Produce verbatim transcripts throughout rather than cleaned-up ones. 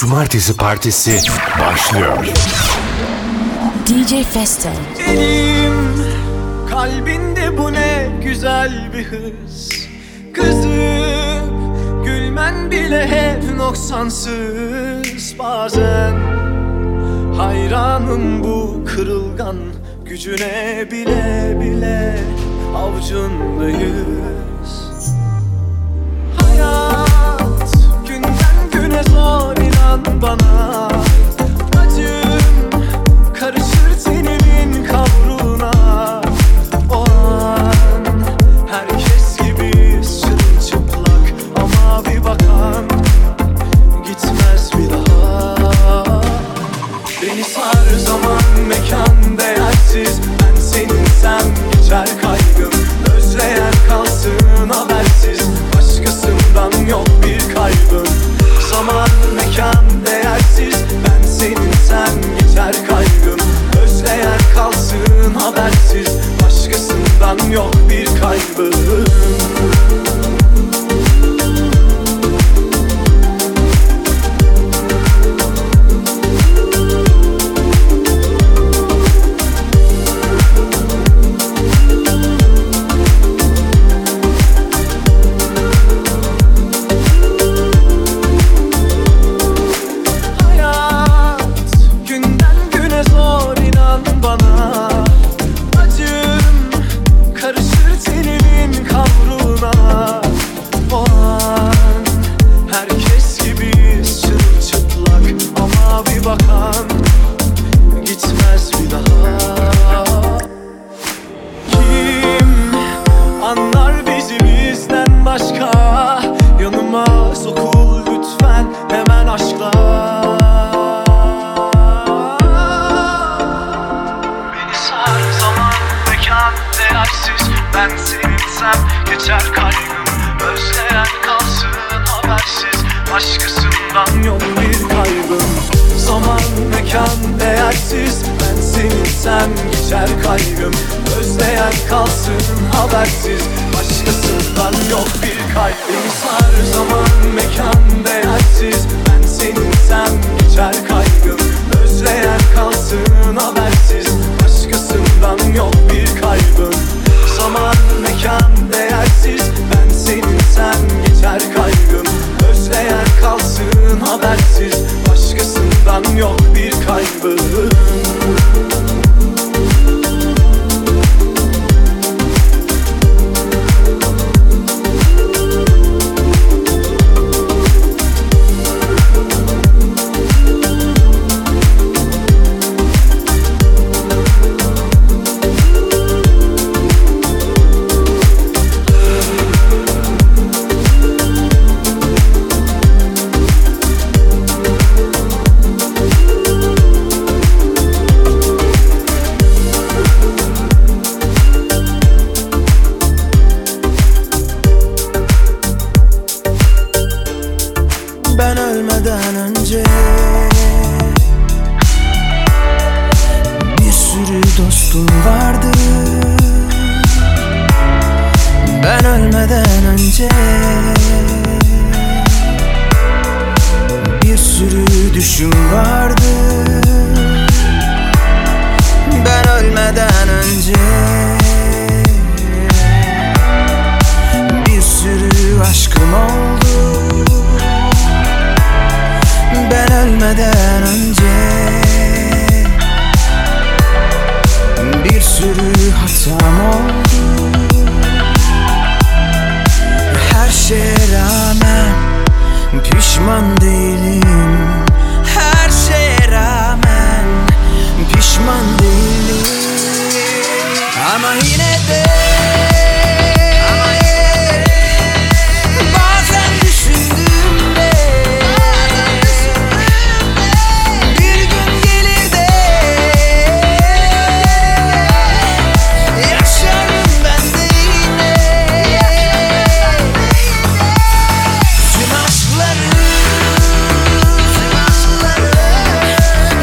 Cumartesi Partisi başlıyor. D J Festo. Elim kalbinde bu ne güzel bir hız. Kızım gülmen bile hep noksansız. Bazen hayranım bu kırılgan gücüne, bile bile avucundayız. Hayat günden güne zor, inan bana. Acım karışır teninin kavruna. O an herkes gibi sırılçıplak, ama bir bakan gitmez bir daha. Beni sar zaman mekan değersiz. Ben seninsem geçer kaygım. Özleyen kalsın habersiz. Başkasından yok bir kaybım. Zaman mekan değersiz. Ben seninsem geçer kaygım. Özleyen kalsın habersiz. Başkasından yok bir kaybım.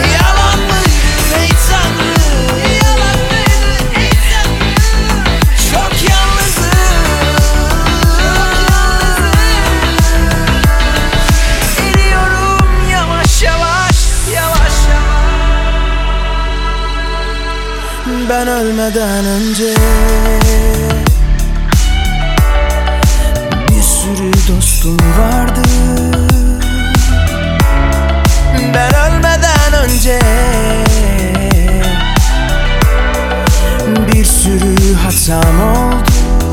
Yalan mıydı, ey Tanrım? Ben ölmeden önce bir sürü dostum vardı. Ben ölmeden önce bir sürü hatam oldu.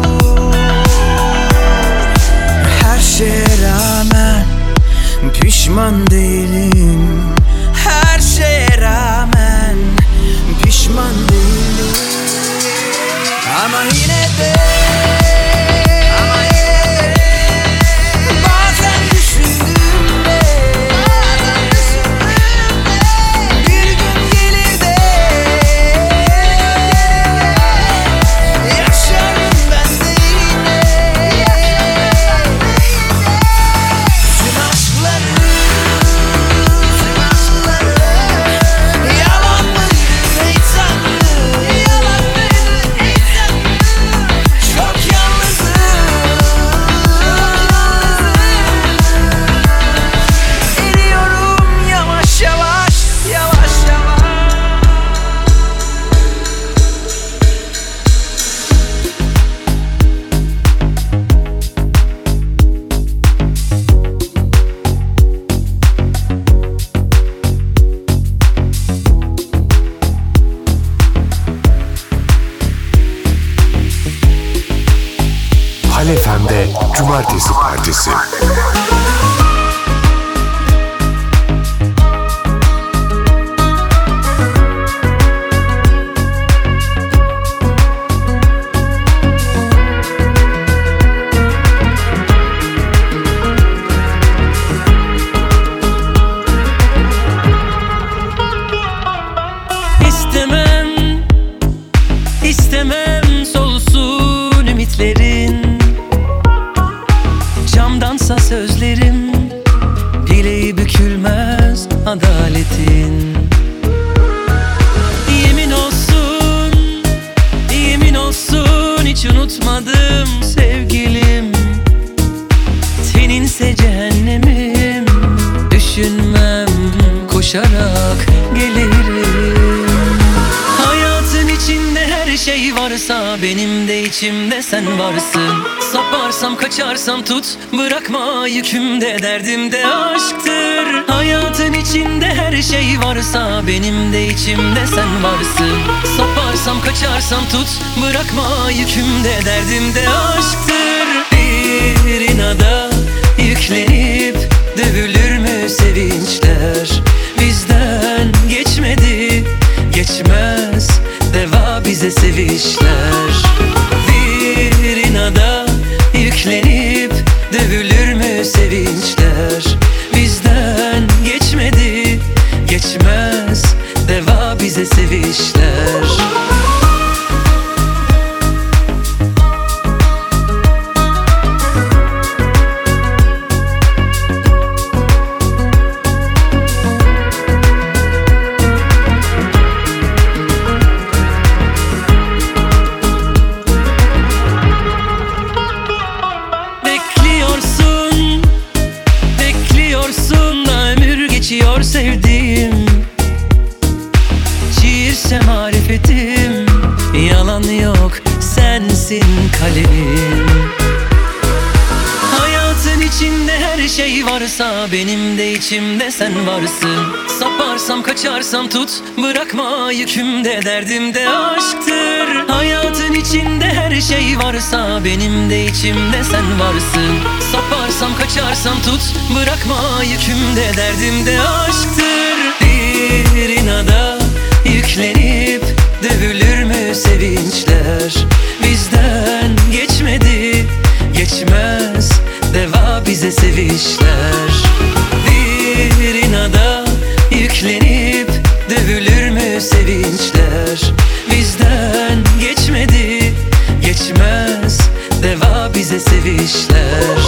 Her şeye rağmen pişman değilim. Her şeye rağmen pişman değilim. Ama yine de Ama yine de bazen düşündüğümde Bazen düşündüğümde bir gün gelir de yaşarım ben de yine. Tüm aşkları Tüm aşkları yalan mıydı ey Tanrım? Yalan mıydı ey Tanrım? Çok yalnızım. Eriyorum yavaş yavaş, yavaş yavaş. Hal F M'de Cumartesi Partisi. İstemem, istemem solsun ümitlerin. Camdansa sözlerim, bileği bükülmez adaletin. Yemin olsun, yemin olsun hiç unutmadım sevgilim. Seninse cehennemim, düşünmem, koşarak gelirim. Hayatın içinde her şey varsa benim de içimde sen varsın. Saparsam kaçarsam tut, bırakma yükümde, derdimde aşktır. Hayatın içinde her şey varsa benim de içimde sen varsın. Saparsam kaçarsam tut, bırakma yükümde, derdimde aşktır. Bir inada yüklenip dövülür mü sevinçler? Bizden geçmedi, geçmez deva bize sevişler. Bir inada yüklenip dövülür mü sevinçler? Bizden geçmedi, geçmez deva bize sevişler. Bekliyorsun, bekliyorsun da ömür geçiyor sevdiğim. Şiirse marifetim, yalan yok sensin kalemim. Hayatın içinde her şey varsa benim de içimde sen varsın. Saparsam kaçarsam tut, bırakma yükümde, derdimde aşktır. Hayatın içinde her şey varsa benim de içimde sen varsın. Saparsam kaçarsam tut, bırakma yükümde, derdimde aşktır. Bir inada yüklenip dövülür mü sevinçler? Bizden geçmedi, geçmez deva bize sevişler. Bir inada yüklenip dövülür mü sevinçler? Bizden geçmedi, geçmez deva bize sevişler.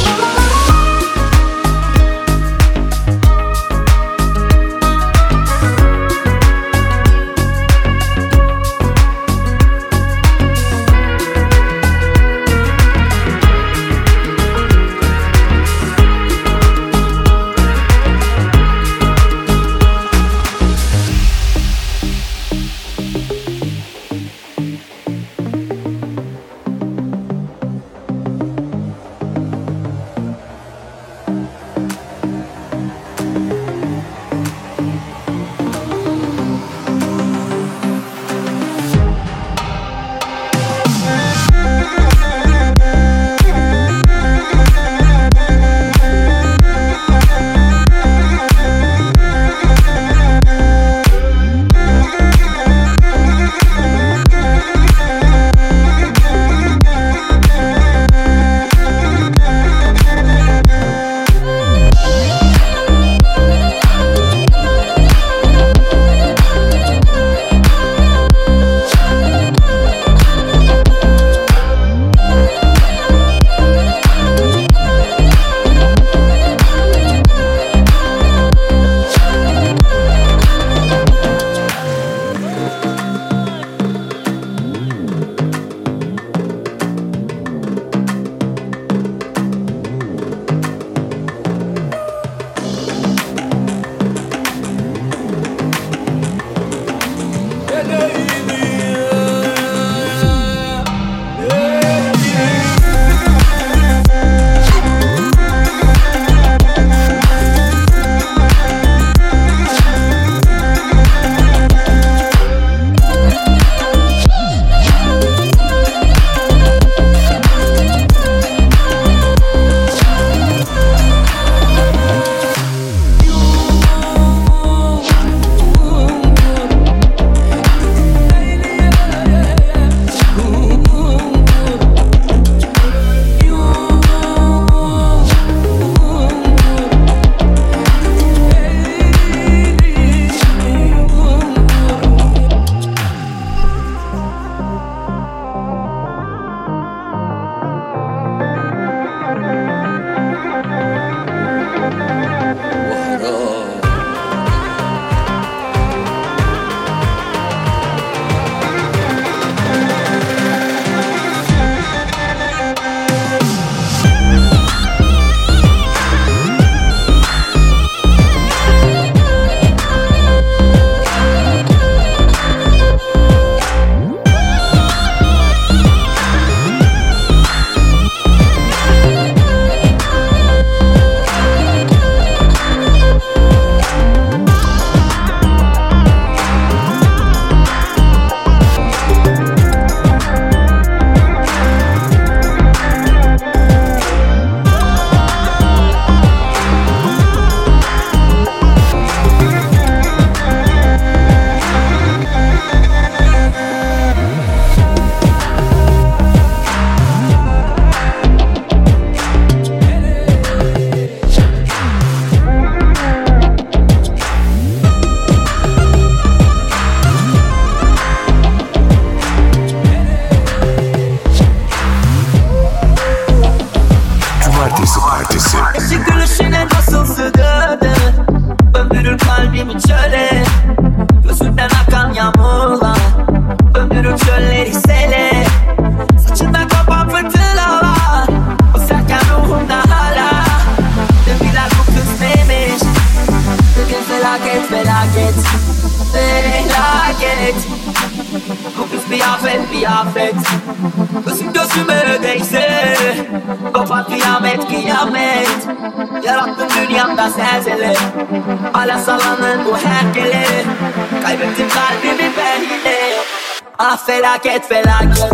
felaket felaket felaket. Bu kız bir afet bir afet. Gözüm gözüme değse kopar kıyamet kıyamet. Yarattın dünyamda zelzele, hala sallanır bu herkele. Kaybettim kalbimi ben yine. Ah felaket felaket.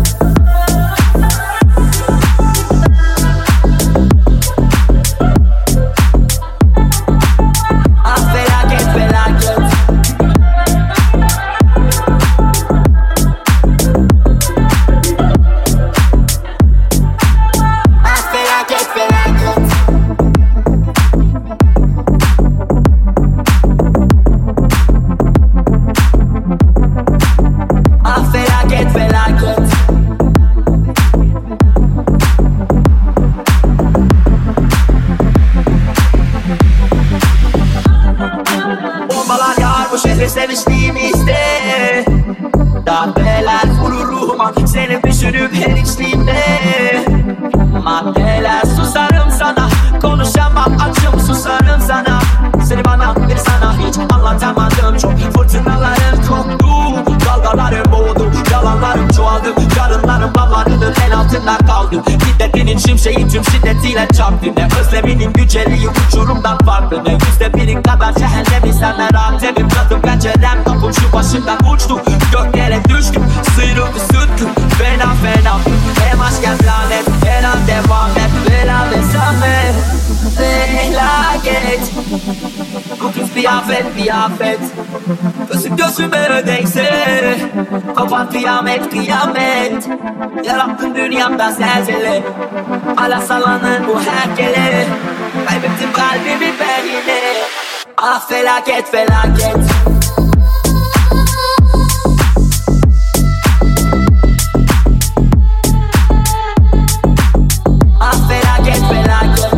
Seviştiğimizde darbeler vurur ruhuma, seni düşünüp her içtiğimde. Maddeler susarım sana, konuşamam açım susarım sana. Seni bana bir sana hiç anlatamadım. Çok fırtınaların koptu, dalgalarım boğdu, yalanlarım çoğaldı. Yarınlarım damarının en altında kaldı. Şiddetinin şimşeği tüm şiddetiyle çarptı. Ne özleminin güceliği uçurumdan farklı. Ne yüzde birin kadar cehennemi senden rahat. Evim tadım pencerem kapım şu başımdan uçtu. Göklere düştüm, sıyrıldı süttüm. Fena fena, hem aşk hem lanet. Fena devam et, fena vesamet. Felaket. Bu kız bir afet bir afet. Gözüm gözüme değse kopar kıyamet kıyamet. Yarattın dünyamda zelzele, hala sallanır bu herkele. Kaybettim kalbimi ben yine. Ah felaket felaket. Ah felaket felaket.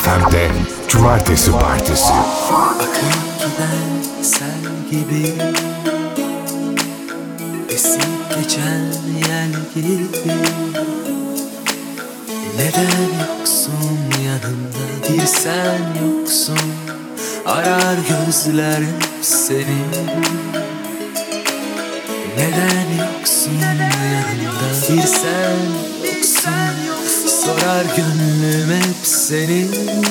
F M'de Cumartesi Partisi. Akıp giden sel gibi, esip geçen yel gibi. Neden yoksun yanımda, bir sen yoksun. Arar gözler hep seni. Neden yoksun yanımda, bir sen yoksun. Sorar gönlüm hep seni.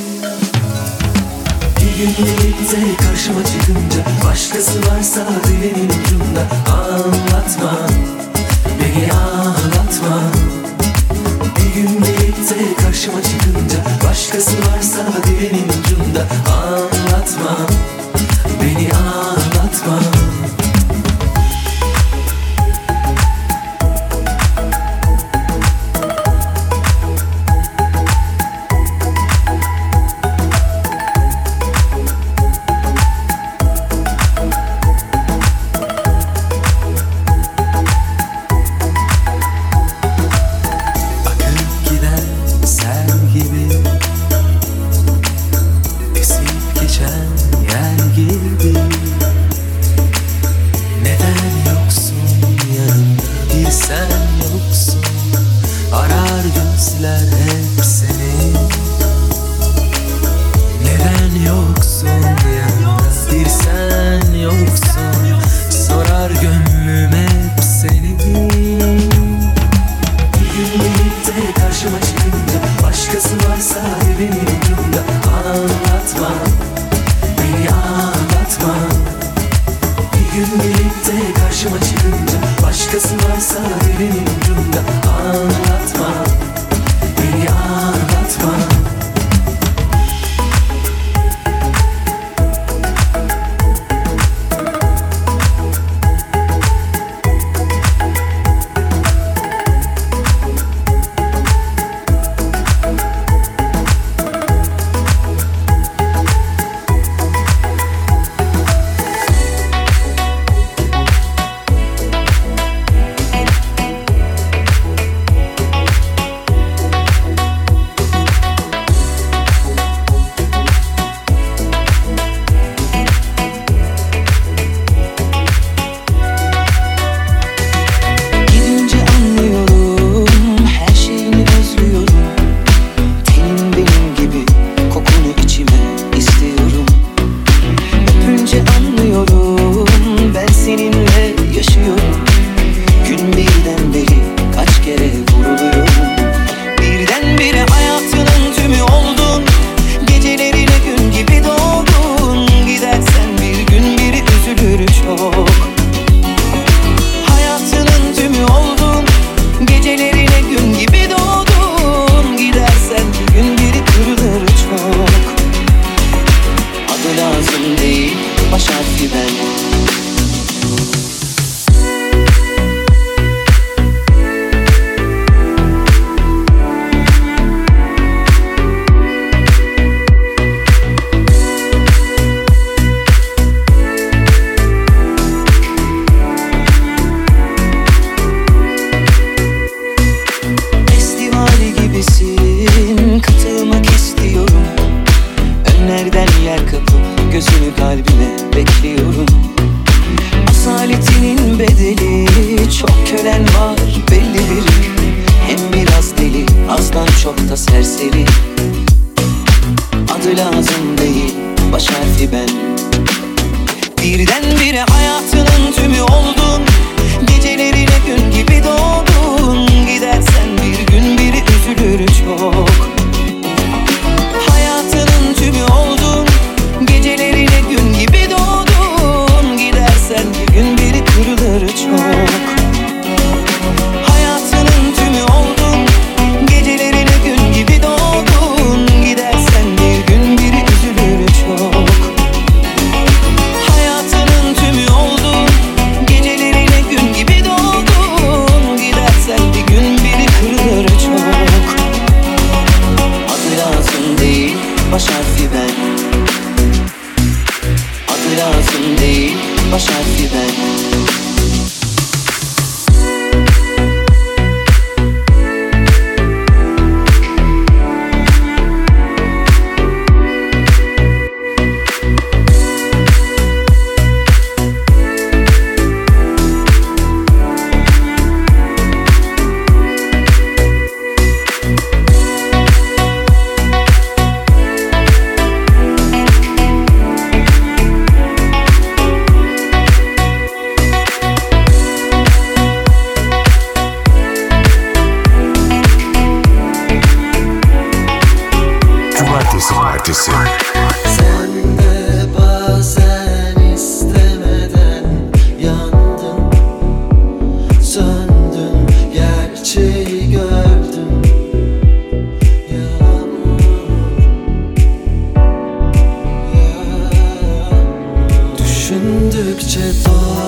Bir gün birlikte karşıma çıkınca, başkası varsa dilinin ucunda. Anlatma, beni ağlatma. Bir gün birlikte karşıma çıkınca, başkası varsa dilinin ucunda. Anlatma, beni ağlatma.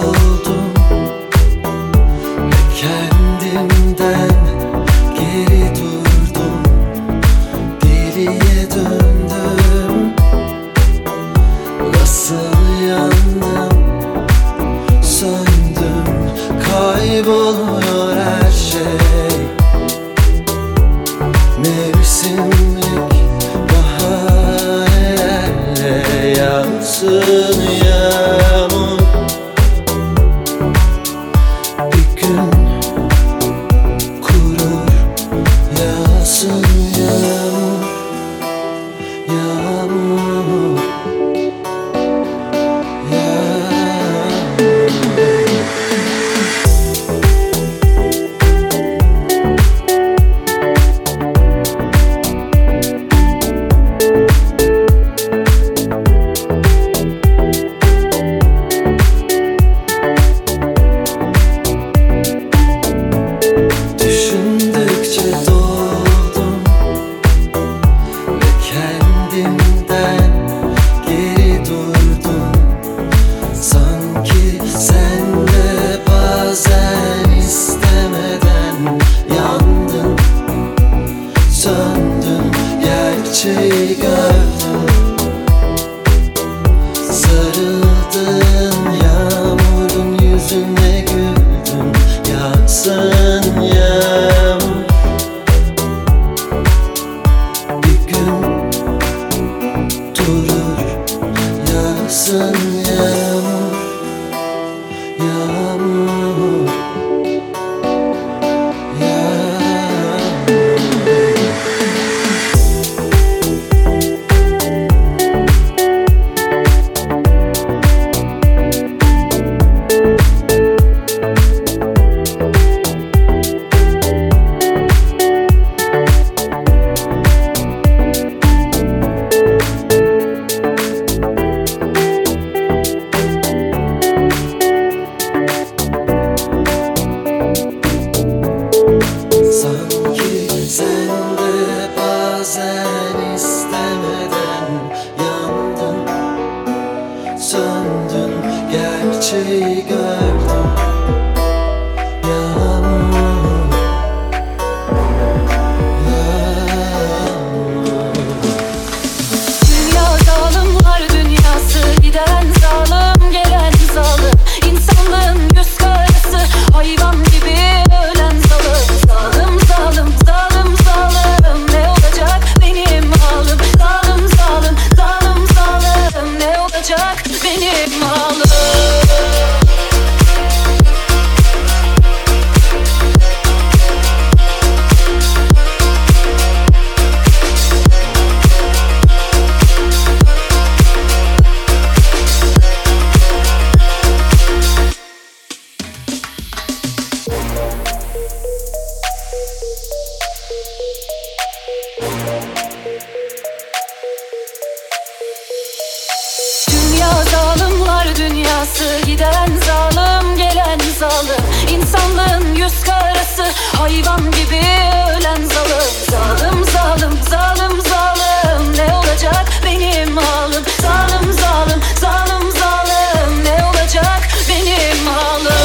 doldum ve kendimden geri durdum. Deliye döndüm, nasıl yandım, söndüm, kayboluyor her şey. Mevsimlik bahanelerle yansın yağmur. Bir gün kurur, yağsın yağmur, yağmur, düşündükçe doldum ve kendimden geri durdum. Sanki sen de bazen istemeden yandın, söndün, gerçeği gördün. Sarıldın yağmurun yüzüne, güldün, yağsın yağmur. Bir gün durur, yağsın yağmur, yağmur, sanki sen de bazen istemeden yandın, söndün, gerçeği gördün. Yağmur, yağmur. Dünya zalimler dünyası, giden zalim gelen zalim. İnsanlığın yüz karası, hayvan gibi ölen zalim. Zalim zalim zalim zalim, ne olacak benim halim? Zalim zalim zalim zalim, ne olacak benim halim? Dünya zalimler dünyası, giden zalim gelen zalim. İnsanlığın yüz karası, hayvan gibi ölen zalim. Zalim zalim zalim zalim, ne olacak benim halim? Zalim zalim zalim zalim, ne olacak benim halim?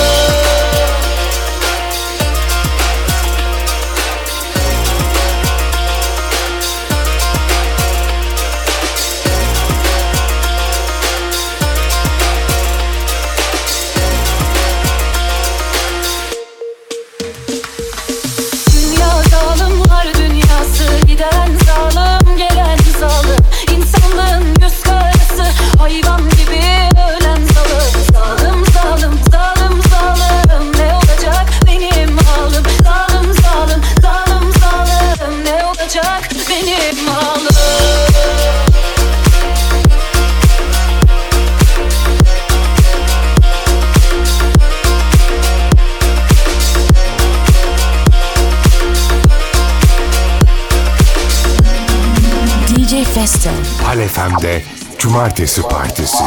Dünya zalimler dünyası, giden zalim gelen zalim. İnsanlığın yüz karası, hayvan gibi ölen zalim. Zalim zalim zalim zalim, ne olacak benim halim? Zalim zalim zalim zalim, ne olacak benim halim? D J Festo. Hal F M'de Cumartesi Partisi.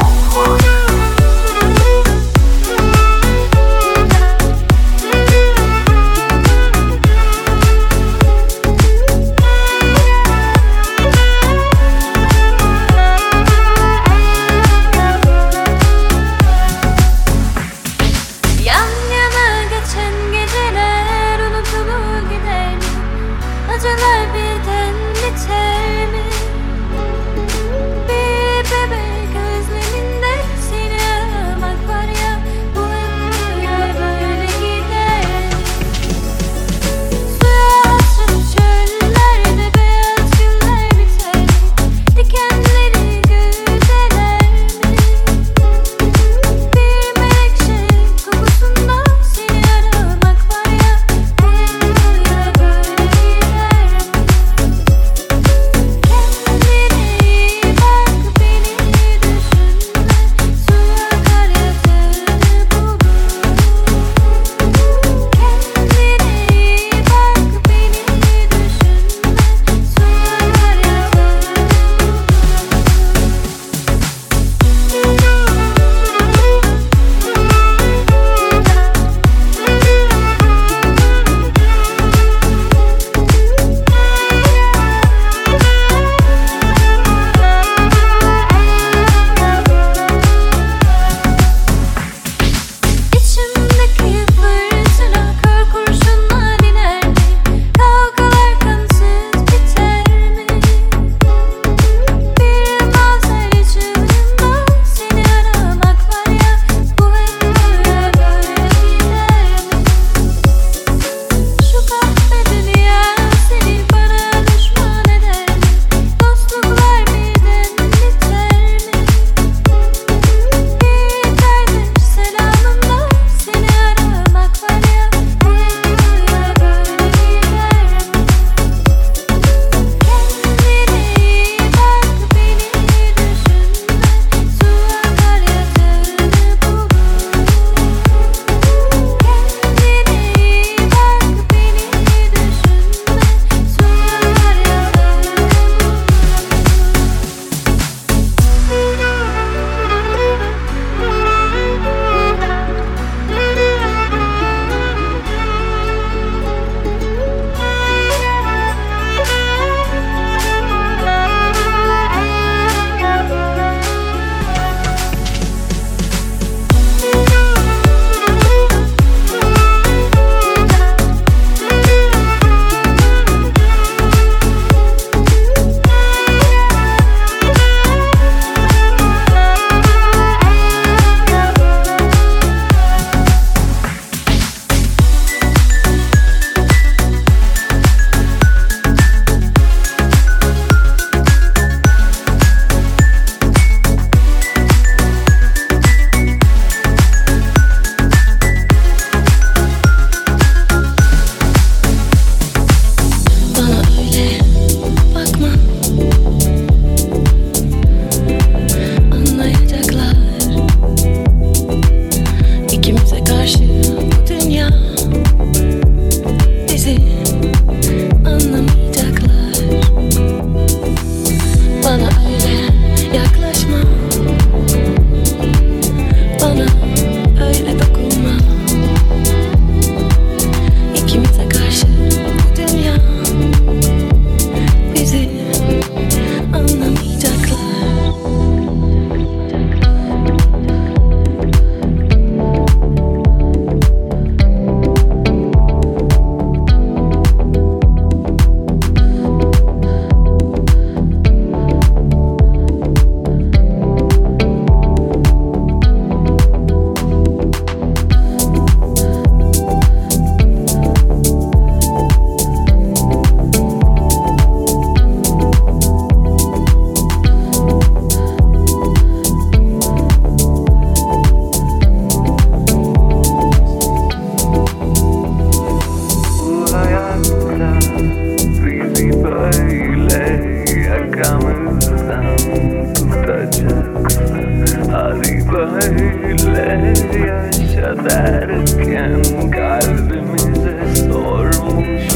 yaşarken kalbimize sormuş.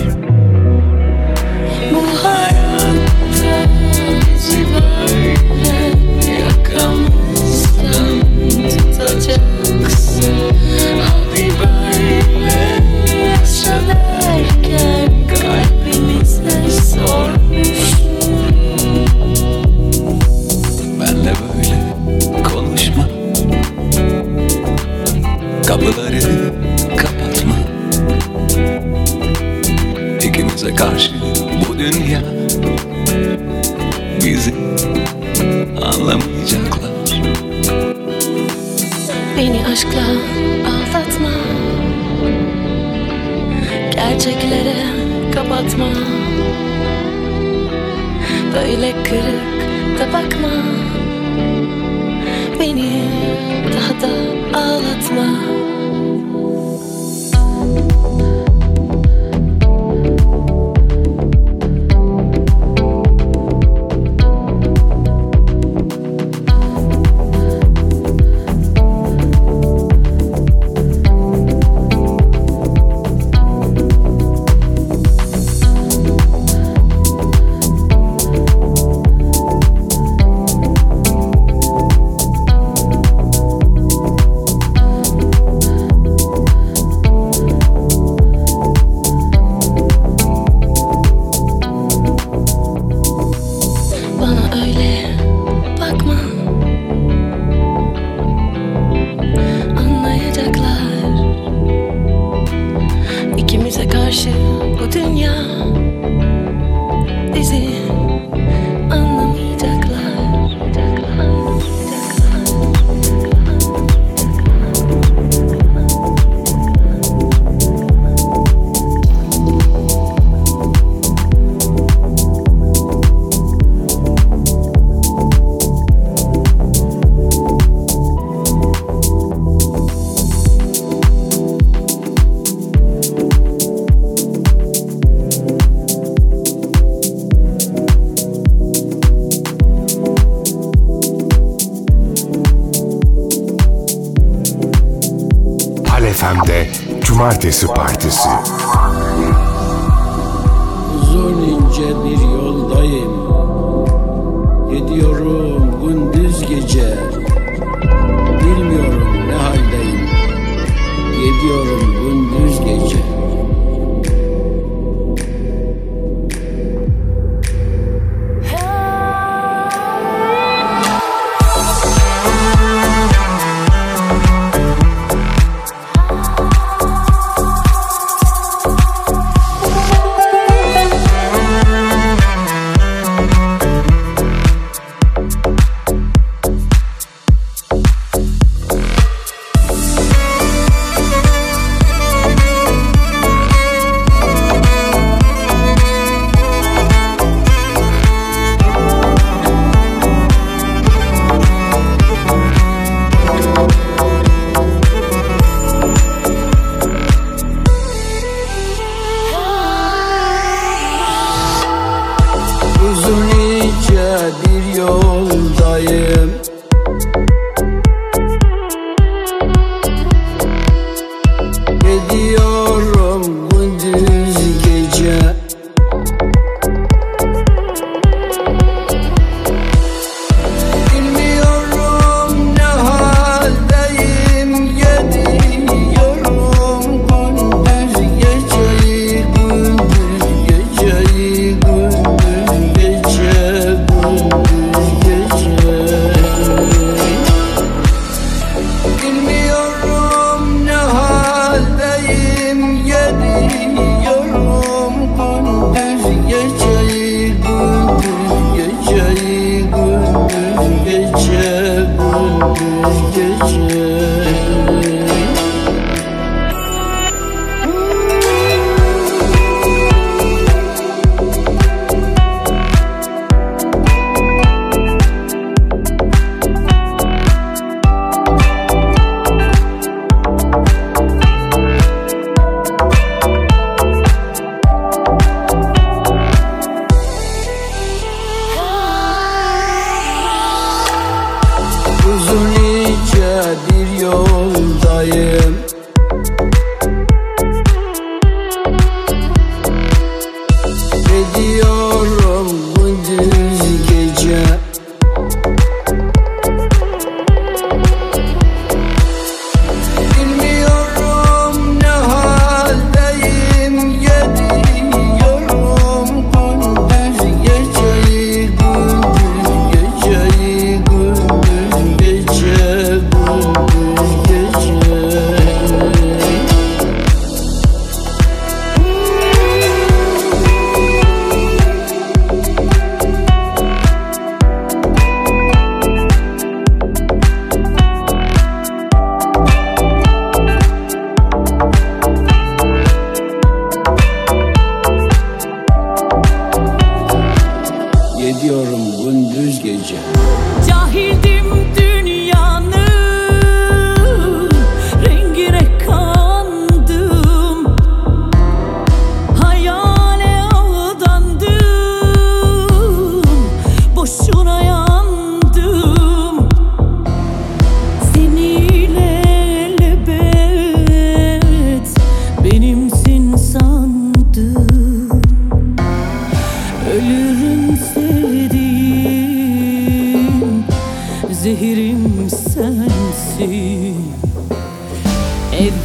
Bu hayatta bizi böyle yakamızdan tutacaksın. Hadi böyle yaşa derken kalbimize sormuş. Benle böyle konuşma, kapıları kapatma. İkimize karşı bu dünya, bizi anlamayacaklar. Beni aşkla aldatma, gerçeklere kapatma. Böyle kırık da bakma, beni daha da ağlatma. Karşı bu dünya, bizi anlamayacaklar. F M'de Cumartesi Partisi. Uzun ince bir yoldayım, gidiyorum gündüz gece. Bilmiyorum ne haldeyim, gidiyorum gündüz gece. Uzun ince bir yoldayım, gidiyorum gündüz gece. Bilmiyorum ne haldeyim, gidiyorum gündüz geceyi, gündüz geceyi, gündüz bilmiyorum ne haldeyim,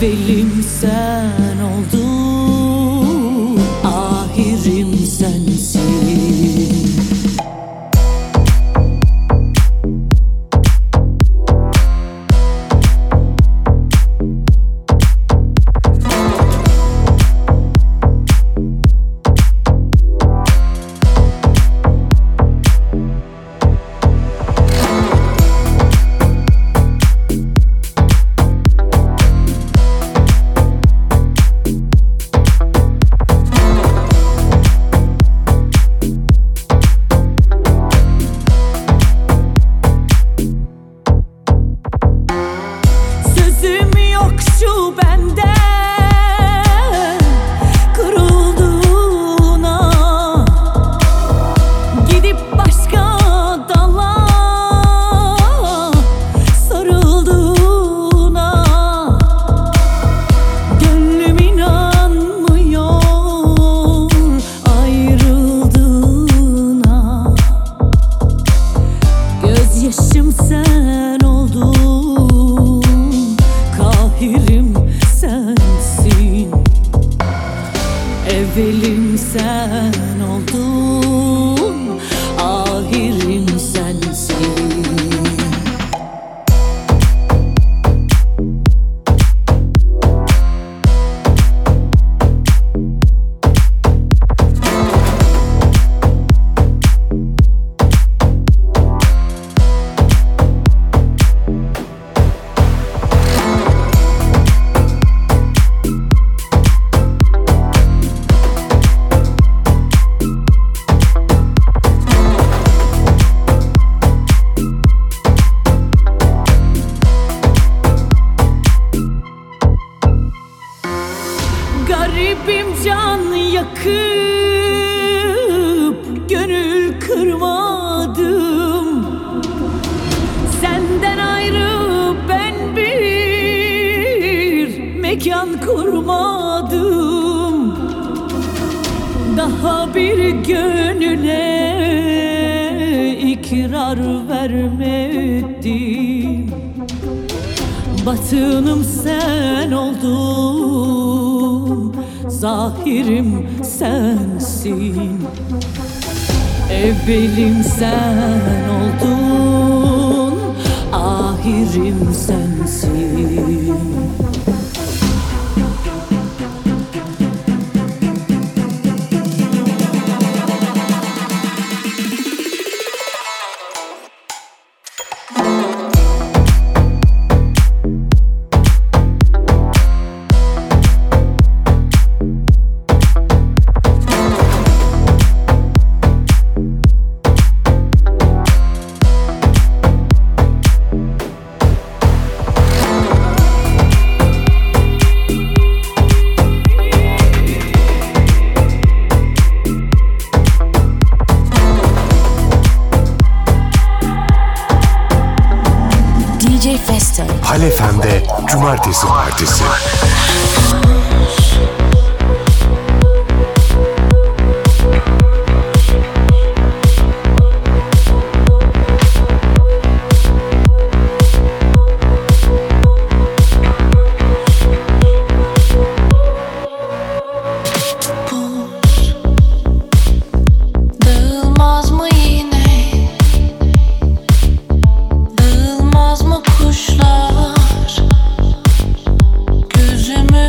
Evvelim sen oldun, ahirim sensin. Evvelim sen oldun, ahirim sensin. Garibim can yakıp gönül kırmadım. Senden ayrı ben bir mekan kurmadım. Daha bir gönüle ikrar vermedim. Batınım sen oldun, zahirim sensin. Evvelim sen oldun, ahirim sensin. D J Festo. Hal F M'de Cumartesi Partisi. Dağılmaz mı yine? Dağılmaz mı kuşlar? Gözümü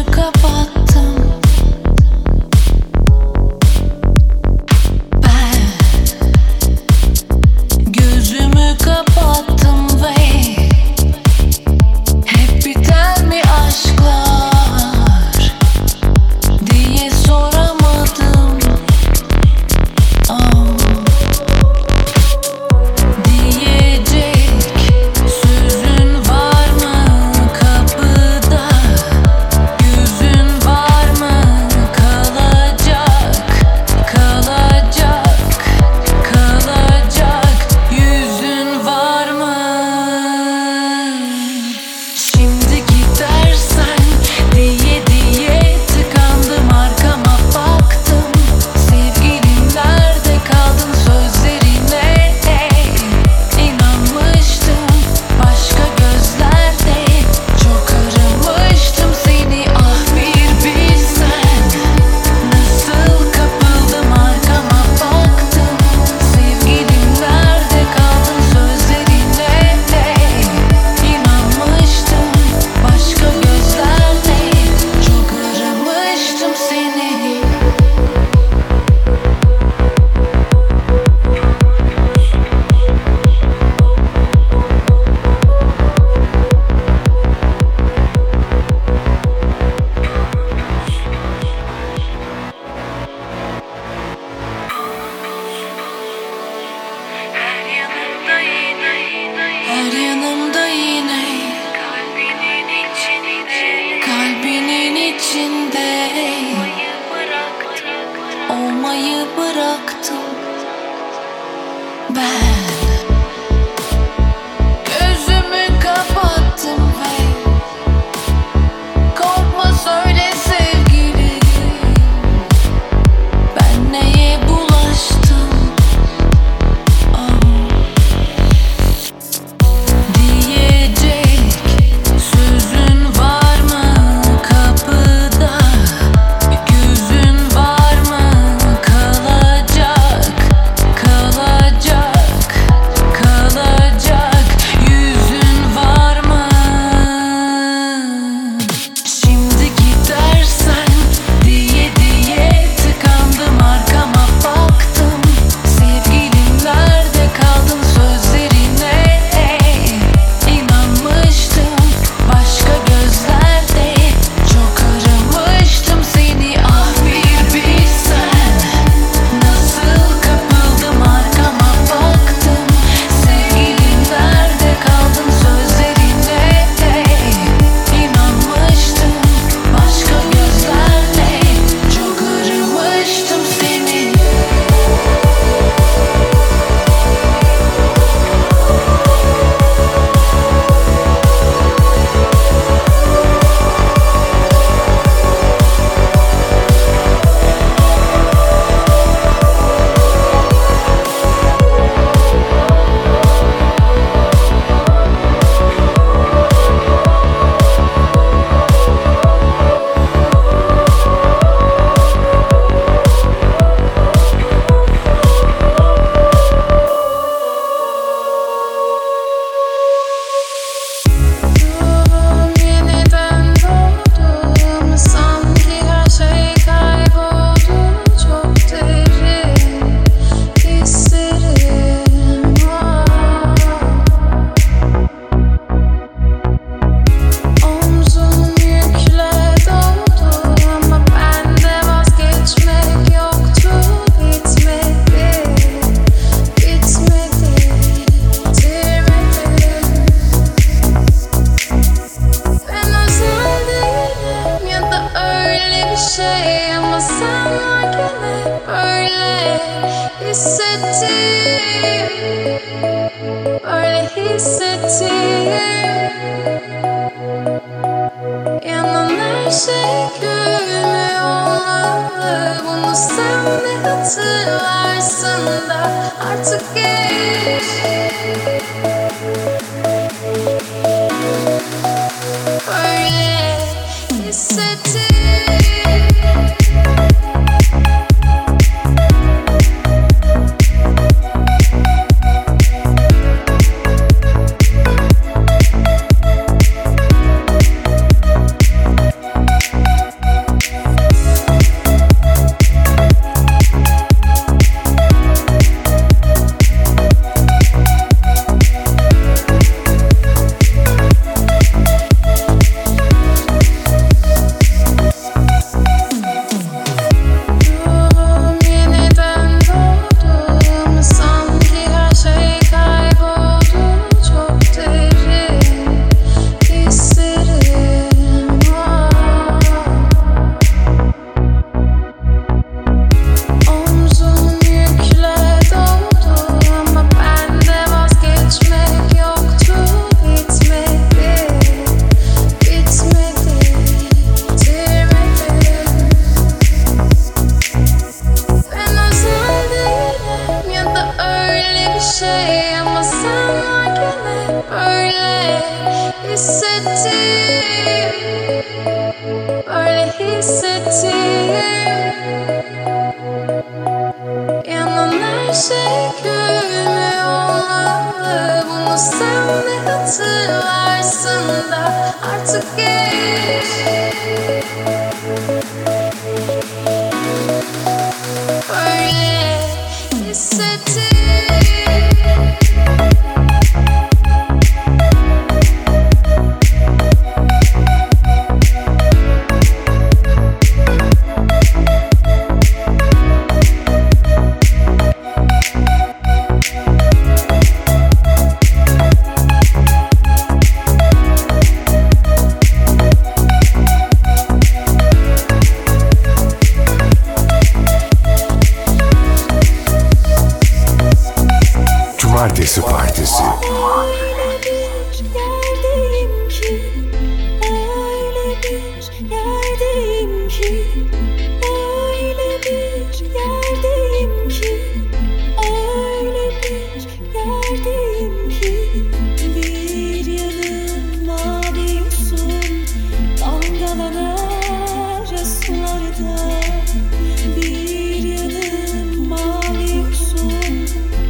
peşinde olmayı bıraktım ben. Gözümü kapattım ve korkma söyle sevgilim, ben neye bulaştım oh. Diyecek sözün var mı kapıda, bir gözün var mı kalacak, kalacak, kalacak yüzün var mı? Şimdi gidersen diye diye tıkandım, arkama baktım, sevgilim nerede kaldın sözlerine inanmıştım, başka gözlerde çok aramıştım seni, ah bir bilsen nasıl kapıldım, arkama baktım, sevgilim nerede kaldın sözlerine inanmıştım, başka gözlerle çok aramıştım seni. Yeniden doğdum, sanki her şey kayboldu, çok derin hislerim var. Omzum yükle doldu ama bende vazgeçmek yoktu, bitmedi, bitmedi, bitirmedi. Ben özel değilim ya da öyle bir şey, ama sen varken hep öyle hissettim, öyle hissettim. Yanan her şey gülme olmalı, bunu sen de hatırlarsın da artık geç. Öyle hissettim. Yeniden doğdum, sanki her şey kayboldu, çok derin hislerim var. Omzum yükle doldu ama bende vazgeçmek yoktu, bitmedi, bitmedi, bitirmedi. Ben özel değilim ya da öyle bir şey, ama sen varken hep öyle hissettim, öyle hissettim. Yanan her şey gülme olmalı, bunu sen de hatırlarsın da artık geç. Öyle hissettim. yerdeyim ki, öyle bir yerdeyim ki, öyle bir yerdeyim ki, bir yanım mavi yosun dalgalanar ıslarda, bir yanım mavi yosun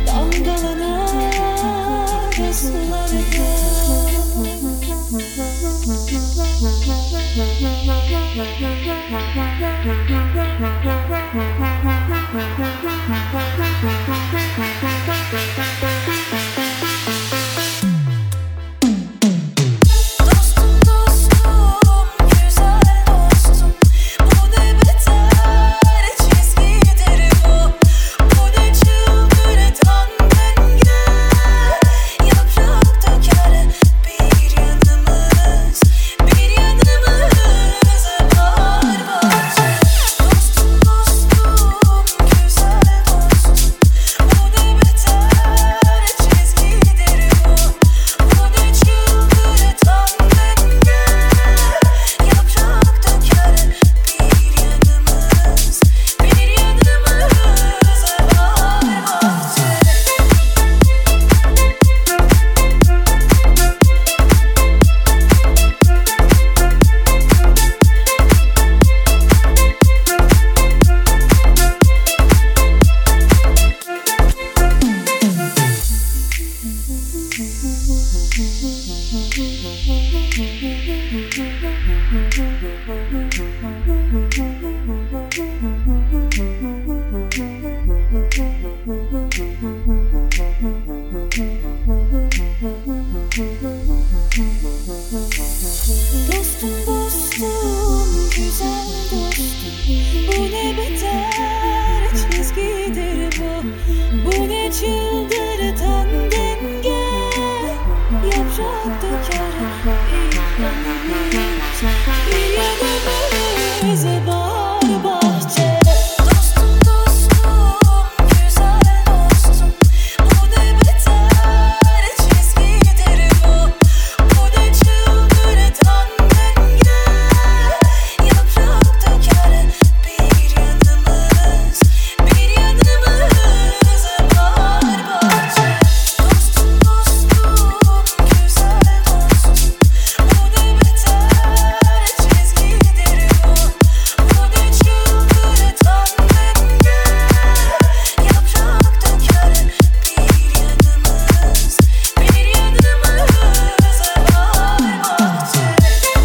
dalgalanar ıslarda. Dostum dostum, güzel dostum, bu ne beter çizgidir bu, bu ne çıldırtan denge, yaprak döker bir yanımız, bir yanımız var bahçe. Dostum dostum, güzel dostum, bu ne beter çizgidir bu, bu ne çıldırtan denge, yaprak döker bir yanımız, bir yanımız var bahçe. Dostum dostum, güzel dostum, bu ne beter çizgidir bu, bu ne çıldırtan denge, yaprak döker bir yanımız, bir yanımız var bahçe. Dostum dostum, güzel dostum, bu ne beter çizgidir bu, bu ne çıldırtan denge, yaprak döker bir yanımız, bir yanımız var bahçe. Dostum dostum, güzel dostum, bu ne beter çizgidir bu, bu ne çıldırtan denge, yaprak döker bir yanımız, bir yanımız var bahçe.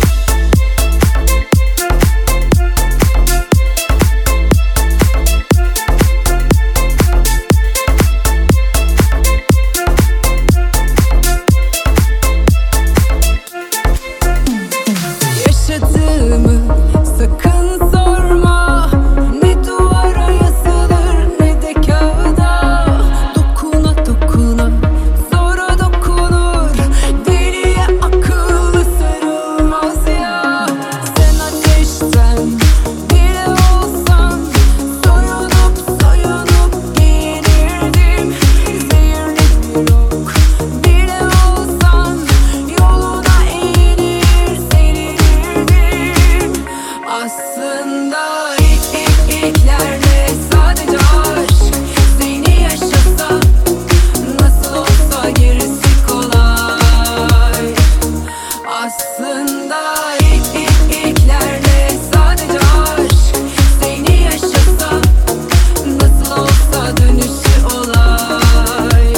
Yaşadığımı sakın sorma, ne duvara yazılır ne de kağıda. Dokuna dokuna zora dokunur, deliye akıllı sarılmaz ya. Sen ateşten bile olsan, soyunup soyunup giyinirdim. Zehirli bir ok bile olsan, yoluna eğilir serilirdim. Aslında ilk ilk ilklerde sadece aşk, seni yaşasa nasıl olsa gerisi kolay. Aslında ilk ilk ilklerde sadece aşk, seni yaşasa nasıl olsa dönüşü olay.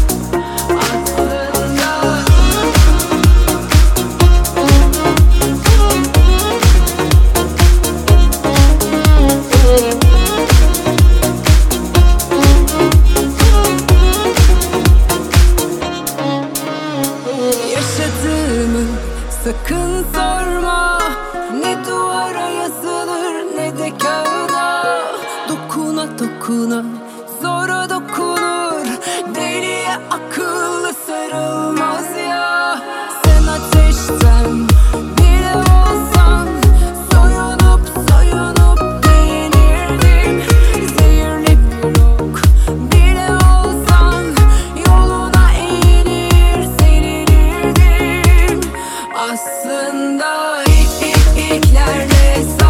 Aslında yaşadığımı sakın sorma, ne duvara yazılır ne de kağıda. Dokuna dokuna zora dokunur, deliye akıllı sarılmaz ya. Sen ateşten bile olsan, soyunup soyunup giyinirdim. Zehirli bir ok bile olsan, yoluna eğilir serilirdim. Aslında ilk ilk ilklerde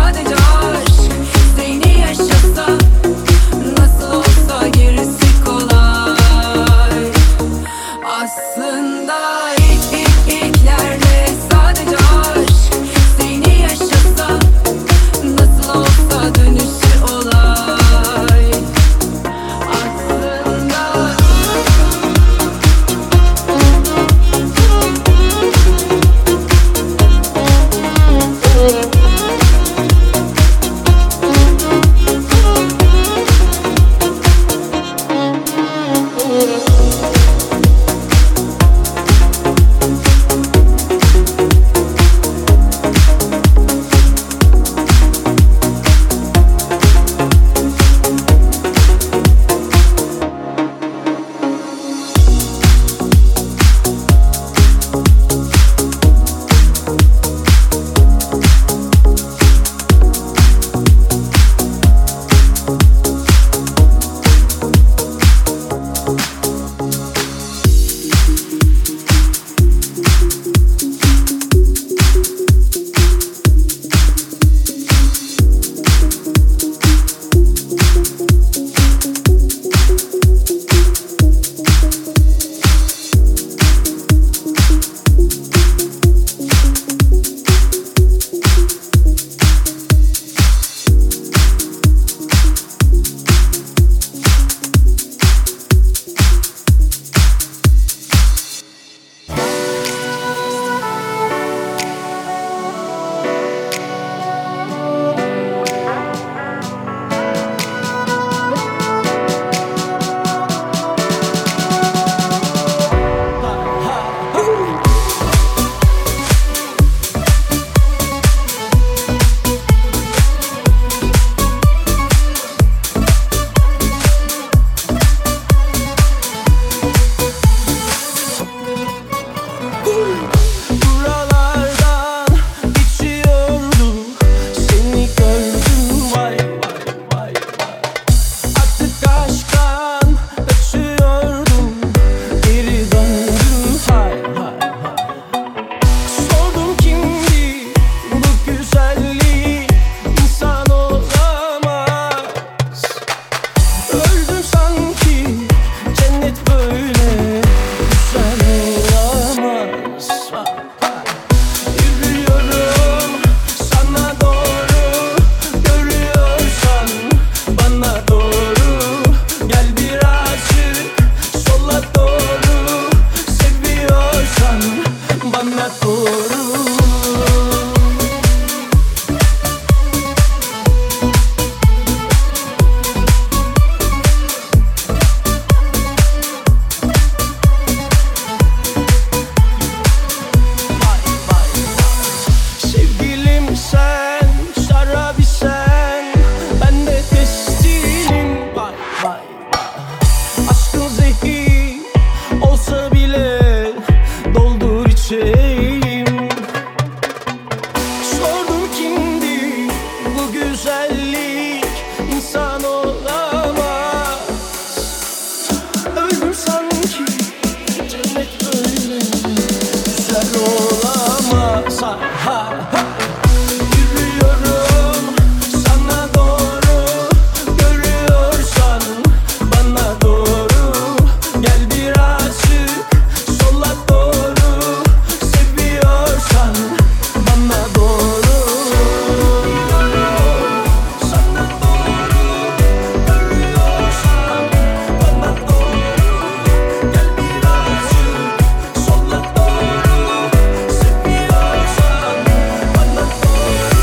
güzellik insan olamaz. Öldüm sanki cennet böyle güzel olamaz. Ha, ha, ha. Yürüyorum sana doğru, görüyorsan bana doğru. Gel birazcık sola doğru, seviyorsan bana doğru. Sana doğru, görüyorsan bana doğru. Gel birazcık sola doğru, seviyorsan bana doğru.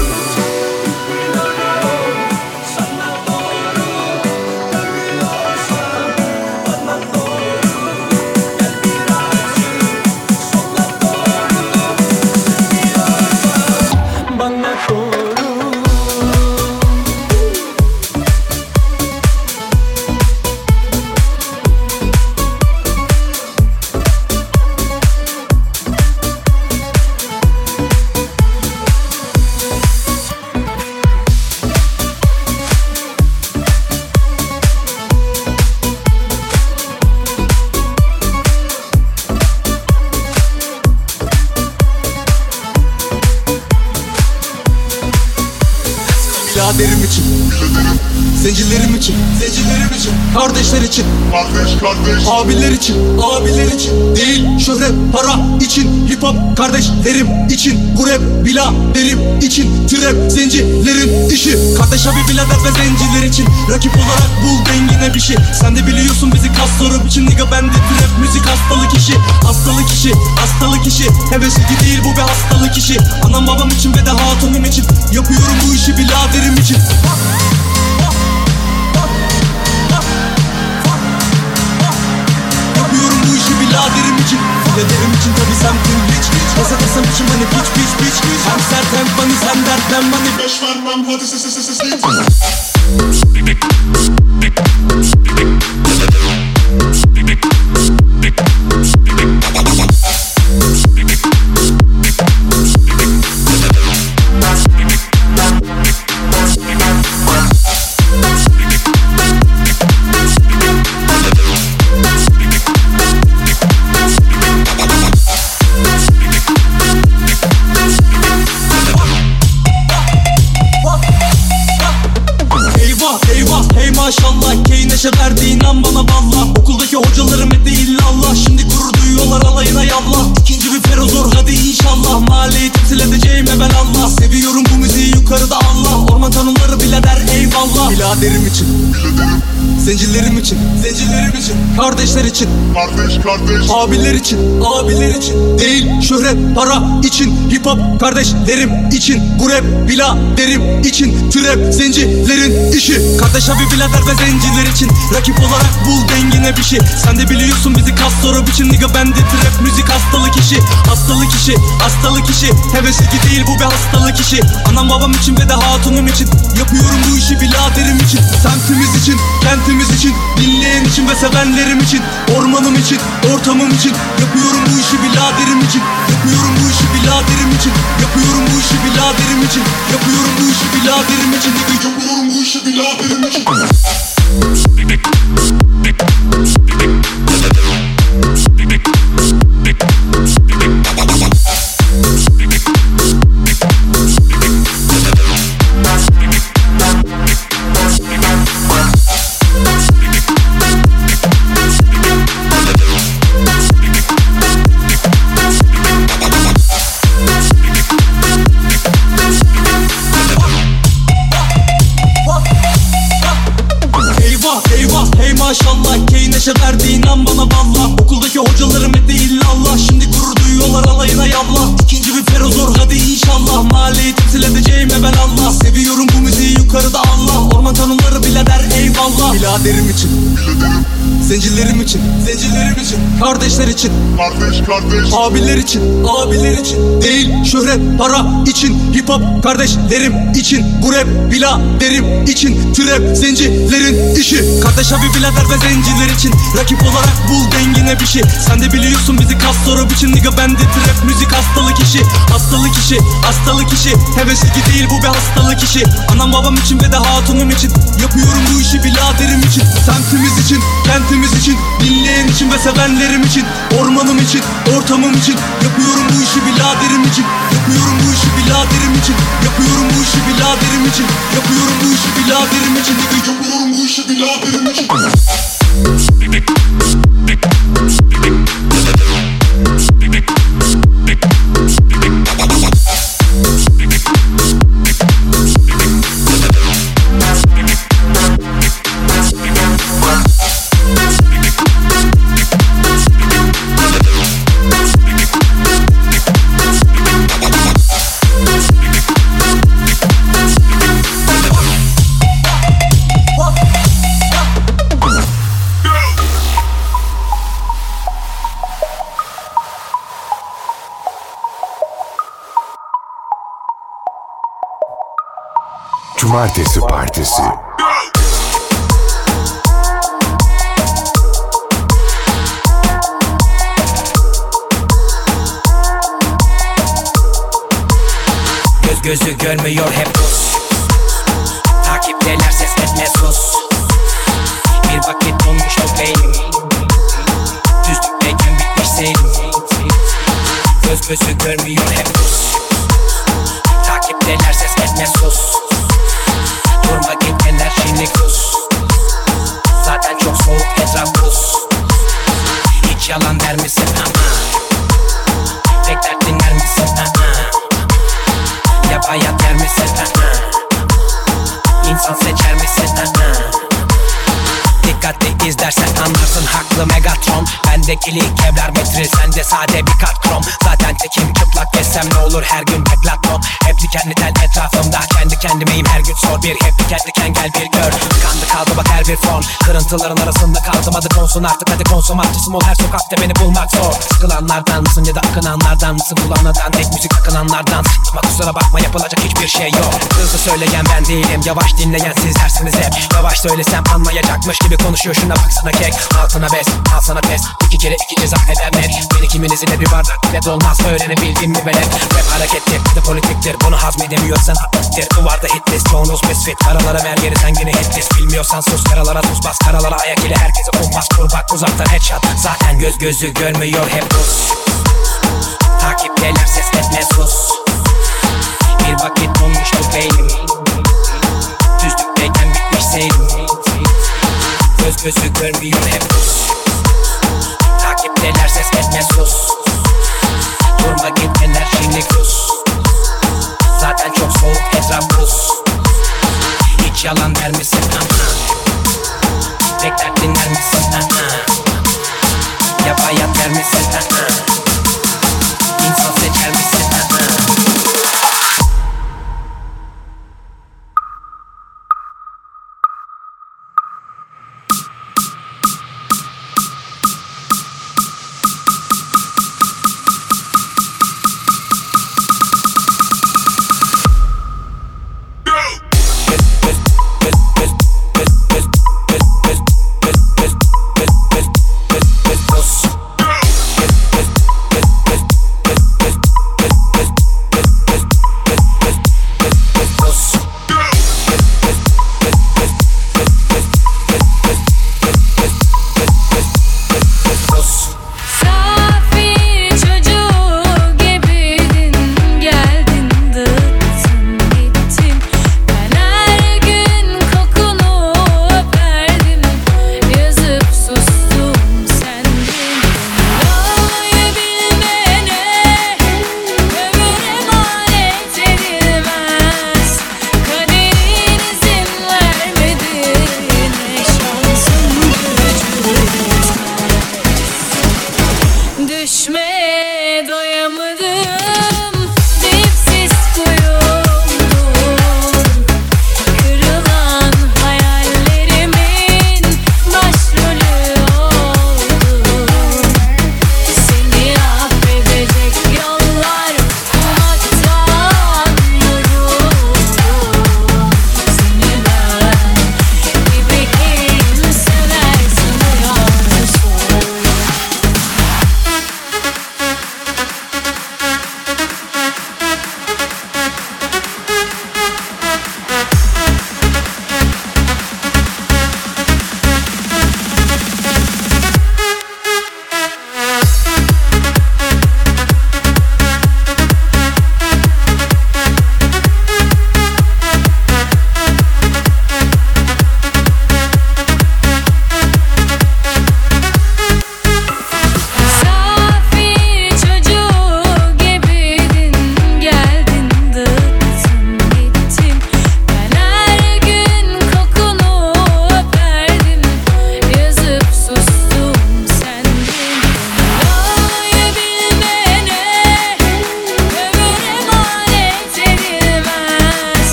Sana doğru, görüyorsan bana doğru. Gel birazcık sola doğru, seviyorsan bana doğru. Biraderim için, zencilerim için, zencilerim için, kardeşler için, Kardeş kardeş abiler için, abiler için, değil şöhret para için, hip hop kardeşlerim için, bu rap biraderim için, trap zencilerin işi. Kardeş abi birader ve zenciler için, rakip olarak bul dengine bir şey. Sen de biliyorsun bizi kas soru biçim, nigga bende trap müzik hastalık işi. Hastalık işi, hastalık işi, hevesli değil bu bir hastalık işi. Anam babam için ve de hatunum için, yapıyorum bu işi biraderim için. Yapıyorum bu işi biraderim için, biraderim için tabi semtin hiç. Kasa kasam için beni piç piç piç. Hem sert hem funny sen dertlen bana. Beş vermem hadi ses ses ses ses. Maşallah key neşe verdi inan bana valla. Okuldaki hocalarım etti illallah. Şimdi gurur duyuyorlar alayına yallah. İkinci bir ferozor hadi inşallah. Mahalleyi temsil edeceğim ben Allah. Seviyorum bu müziği yukarıda Allah. Orman tanrıları bile der eyvallah. Biraderim için, zencilerim için, zencilerim için, kardeşler için, Kardeş kardeş abiler için, abiler için, değil şöhret para için, hip hop kardeşlerim için, bu rap biraderim için, trap zencilerin işi. Kardeş abi birader ve zenciler için, rakip olarak bul dengine bir şey. Sen de biliyorsun bizi kas soru biçim, nigga bende trap müzik hastalık işi. Hastalık işi, hastalık işi, hevesli değil bu bir hastalık işi. Anam babam için ve de hatunum için, yapıyorum bu işi biraderim için. Semtimiz için, kentimiz için, dinleyen için ve sevenlerim için, ormanım için, ortamım için, yapıyorum bu işi biraderim için. Yapıyorum bu işi biraderim için. Yapıyorum bu işi biraderim için. Yapıyorum bu işi biraderim için. Yapıyorum bu işi biraderim için. Maşallah key neşe verdi inan bana valla. Okuldaki hocalarım etti illallah. Şimdi gurur duyuyorlar alayına yallah. İkinci bir ferozor hadi inşallah. Mahalleyi temsil edeceğim ben Allah. Seviyorum bu müziği yukarıda Allah. Orman tanrıları bile der eyvallah. Biraderim için, zencilerim için, zencilerim için, kardeşler için, Kardeş kardeş abiler için, abiler için, değil şöhret para için, hip hop kardeşlerim için, bu rap biladerim için, trap zencilerin işi. Kardeş abi birader ve zenciler için, rakip olarak bul dengine bir şey. Sen de biliyorsun bizi kas soru biçim, nigga bende trap müzik hastalık işi, hastalık işi, hastalık işi, hevesli değil bu bir hastalık işi. Anam babam için ve de hatunum için, yapıyorum bu işi biraderim için, semtimiz için, kentimiz için, dinleyen için ve sevenlerim için, ormanım için, ortamım için, yapıyorum bu işi biraderim için, yapıyorum bu işi biraderim için, yapıyorum bu işi biraderim için, yapıyorum bu işi biraderim için, yapıyorum bu işi biraderim için. Cumartesi Partisi. Göz gözü görmüyor hep Rus. Takipteler ses etme sus. Bir vakit olmuştu beynim, düzlükteyken bitmiş seyrim. Göz gözü görmüyor hep Rus. Takipteler ses etme sus. Durma git enerjini kus. Zaten çok soğuk etraf buz. Hiç yalan der misin? Bekler dinler misin? Yap hayat der misin? İnsan seçer misin? Dikkatli izlersen anlarsın haklı Megatron. Bendeki lig kevlar metril, sende sade bir kat krom. Zaten tekim çıplak gezsem ne olur her gün deklatron. Hep dikenli tel etrafımda, kendi kendimeyim her gün sor bir. Hep diken diken gel bir gör. Tıkandı kaldı bak her bir fon. Kırıntıların arasında kaldım, adı konsun artık hadi konsumatçısım ol. Her sokakta beni bulmak zor. Sıkılanlardan mısın ya da akınanlardan mısın? Kulağından tek müzik akınanlardan. Ama kusura bakma yapılacak hiçbir şey yok. Hızlı söyleyen ben değilim, yavaş dinleyen sizlersiniz hep. Yavaş söylesem anlayacakmış gibi konuşuyor, şuna baksana kek. Altına bes, al sana test. İki kere iki ceza ederler. Bir ikiminizi de bir bardak bile dolmaz. Öğrenebildim mi velet? Rap harekettir, de politiktir. Bunu hazmedemiyorsan haklıktır. Duvarda hit list, çoğunuz misfit. Karalara ver geri sen gene hit list. Bilmiyorsan sus, karalara tuz bas. Karalara ayak ile herkese ummaz. Kur bak uzaktan headshot. Zaten göz gözü görmüyor hep Rus. Takipteler ses etme sus. Bir vakit olmuştu beynim, düzlükteyken bitmiş seyrim. Göz gözü görmüyor hep Rus. Takipteler ses etme sus. Durma git enerjini kus. Zaten çok soğuk etraf buz. Hiç yalan der misin? Bekler dinler misin? Yap hayat der misin? İnsan seçer misin?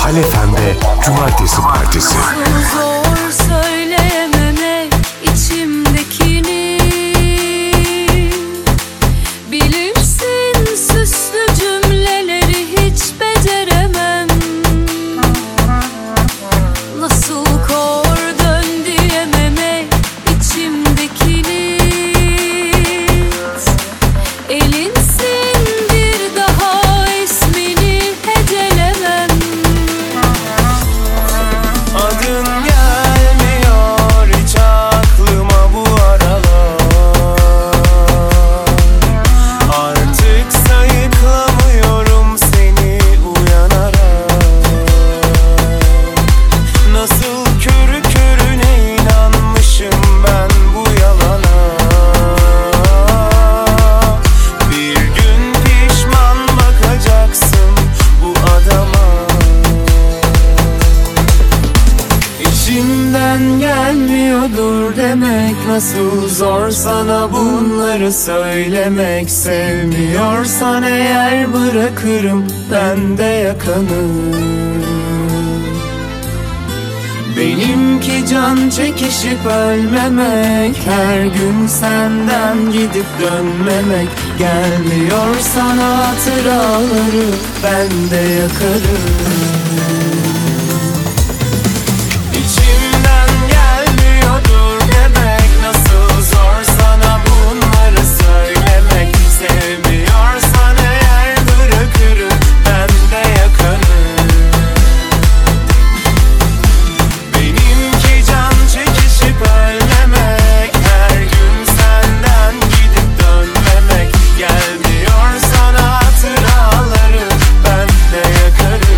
Dijital F M'de Cumartesi Partisi. Zor söyleyememek içimdekini. Bilirsin süslü cümleleri hiç beceremem. Nasıl kor dön diyememek içimdekini. Elinsin bir daha ismini hecelemem. Adın gelmiyor hiç aklıma bu aralar. Artık sayıklamıyorum seni uyanarak. Nasıl körü körüne inanmışım ben bu yalana. Bir gün pişman bakacaksın bu adama. İçimden gelmiyordur demek nasıl zor sana bunları söylemek. Sevmiyorsan eğer bırakırım ben de yakanı. Benimki can çekişip ölmemek, her gün senden gidip dönmemek. Gelmiyor sana hatıraları ben de yakarım. İçimden gelmiyordur demek nasıl zor sana bunları söylemek. Sevmiyorsan eğer bırakırım ben de yakarım. Benimki can çekişip ölmemek, her gün senden gidip dönmemek. Gelmiyor sana hatıraları ben de yakarım.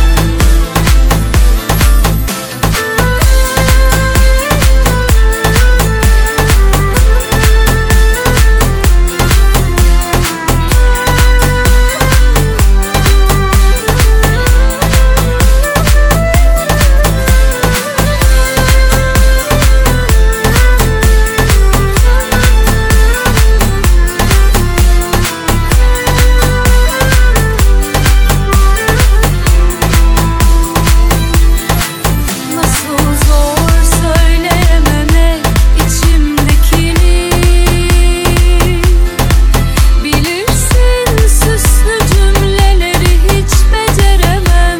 Nasıl zor söyleyememek içimdekini. Bilirsin süslü cümleleri hiç beceremem.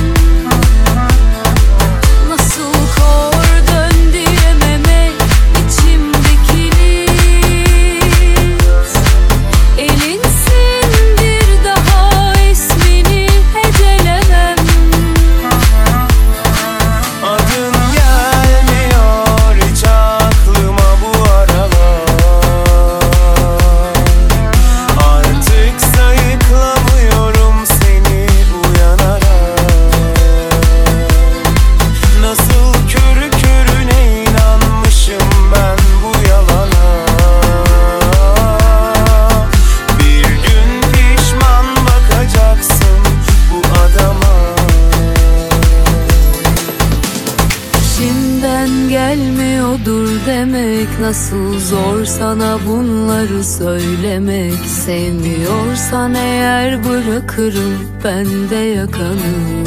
Nasıl kor dön diyememek içimdekini. Elinsin bir daha ismini hecelemem. Adın gelmiyor hiç aklıma bu aralar. Artık sayıklamıyorum seni uyanarak. Nasıl körü körüne inanmışım ben bu yalana. Bir gün pişman bakacaksın bu adama. İçimden gelmiyordur demek nasıl zor sana bunları söylemek. Sevmiyorsan eğer bırakırım ben de yakanı.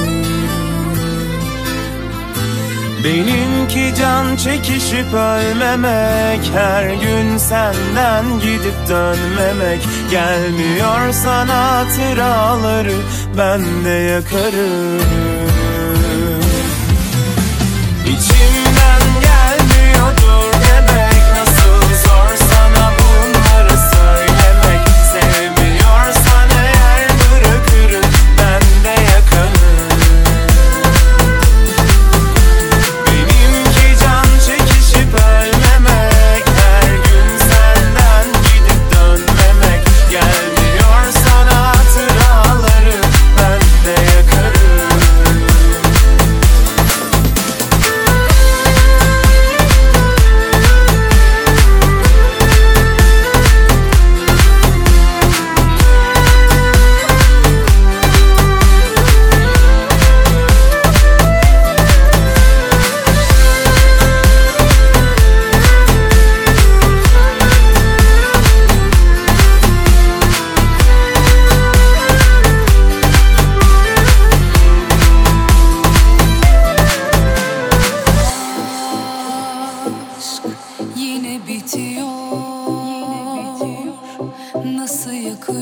Benimki can çekişip ölmemek, her gün senden gidip dönmemek. Gelmiyor sana hatıraları ben de yakarım. İçimden gelmiyordur demek nasıl zor sana bunları söylemek. Sevmiyorsan eğer bırakırım ben de yakanı. Benimki can çekişip ölmemek, her gün senden gidip dönmemek. Gelmiyor sana hatıraları ben de yakarım.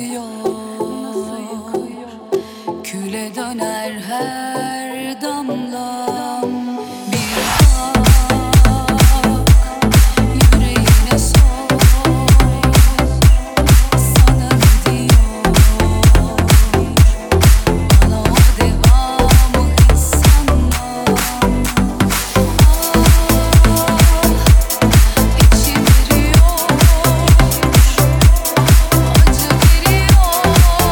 Küle döner her damlam. Bir bak yüreğine sor, sana gidiyor. Bana o devamı hiç sanma. İçim eriyor, acı veriyor.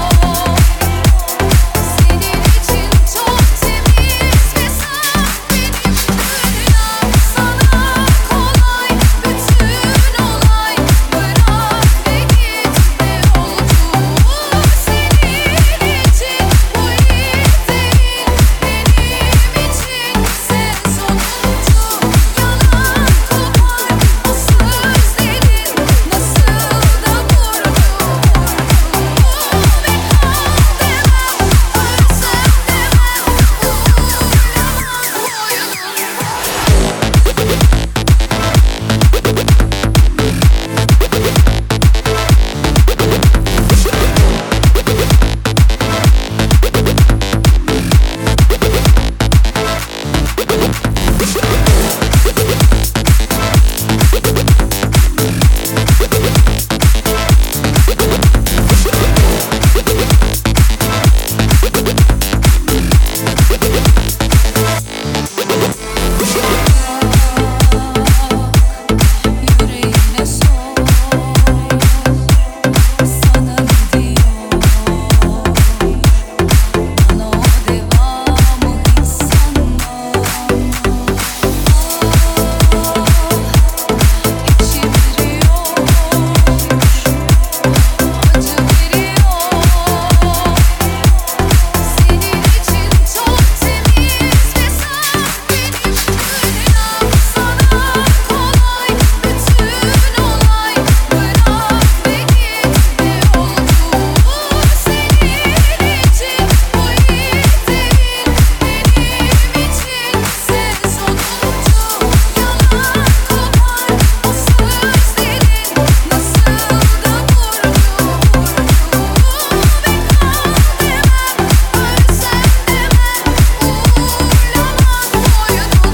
Senin için çok temiz ve saf benim dünyam. Sana kolay bütün olay, bırak ve gitme yolculuğum. Senin için bu iyi değil, benim için sen sonuncu. Yalan kopar o sözlerin, nasıl da vurdu vurdu. Ve kal demem, ölsem demem, uyulamam boyunum. Yüreğine sor, sana gidiyor. Bana o devamı hiç sanma. İçim eriyor, acı veriyor. Senin için çok temiz ve saf benim dünyam. Sana kolay bütün olay, bırak ve gitme yolculuğum. Senin için bu iyi değil, benim için sen sonuncu. Yalan kopar o sözlerin, nasıl da vurdu vurdu. Ve kal demem, ölsem demem, uyulamam boyunum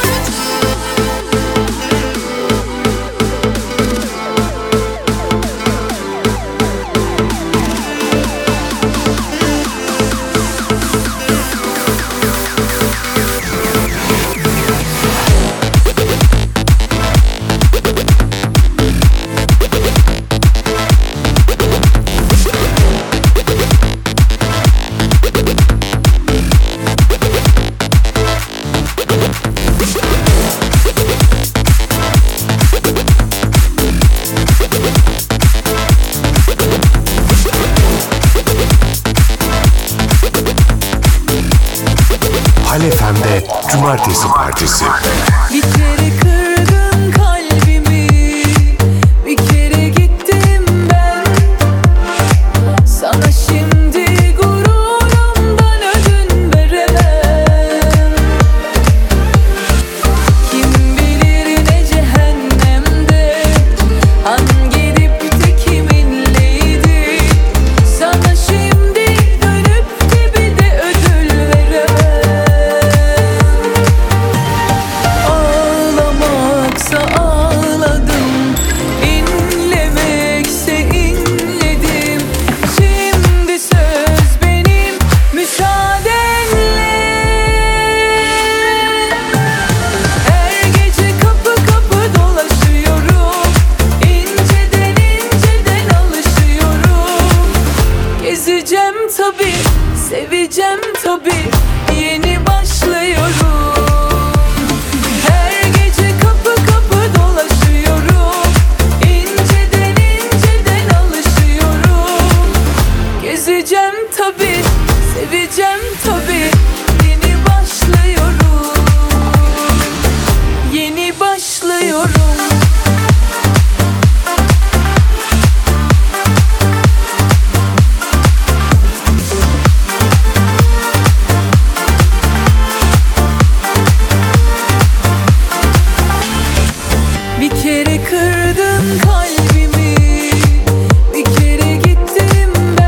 Hal F M'de Cumartesi Partisi. Bir kere kırdın kalbimi, bir kere gittim ben. Sana şimdi gururumdan ödün veremem. Kim bilir ne cehennemde, hangi dipte kiminleydi. Sana şimdi dönüp de bir de ödül veremem. Ağlamaksa ağladım, inlemekse inledim. Şimdi söz benim, müsaadenle. Her gece kapı kapı dolaşıyorum, inceden inceden alışıyorum. Gezeceğim tabii, seveceğim tabii, yeni başlıyorum. Her gece kapı kapı dolaşıyorum, inceden inceden alışıyorum. Gezeceğim tabii, seveceğim tabii, yeni başlıyorum. Yeni başlıyorum. Bir kere kırdın kalbimi, bir kere gittim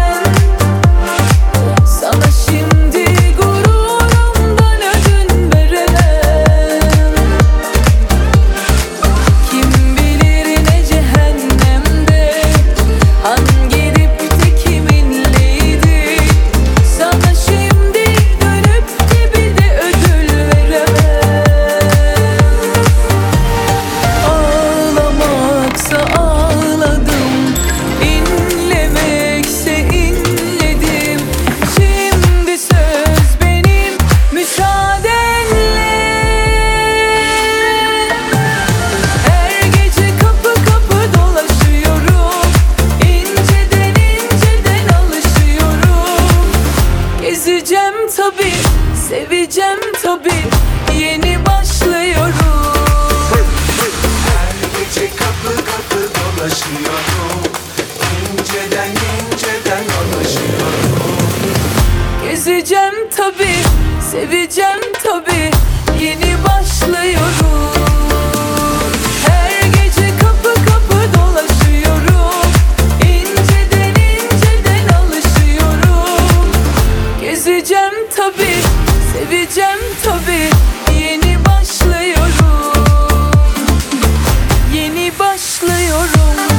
Gezeceğim tabii, yeni başlıyorum. Her gece kapı kapı dolaşıyorum, İnceden inceden anlaşıyorum. Gezeceğim tabii, seveceğim tabii, yeni başlıyorum. Her gece kapı kapı dolaşıyorum, İnceden inceden alışıyorum. Gezeceğim tabii, seveceğim tabii, yeni başlıyorum. Yeni başlıyorum.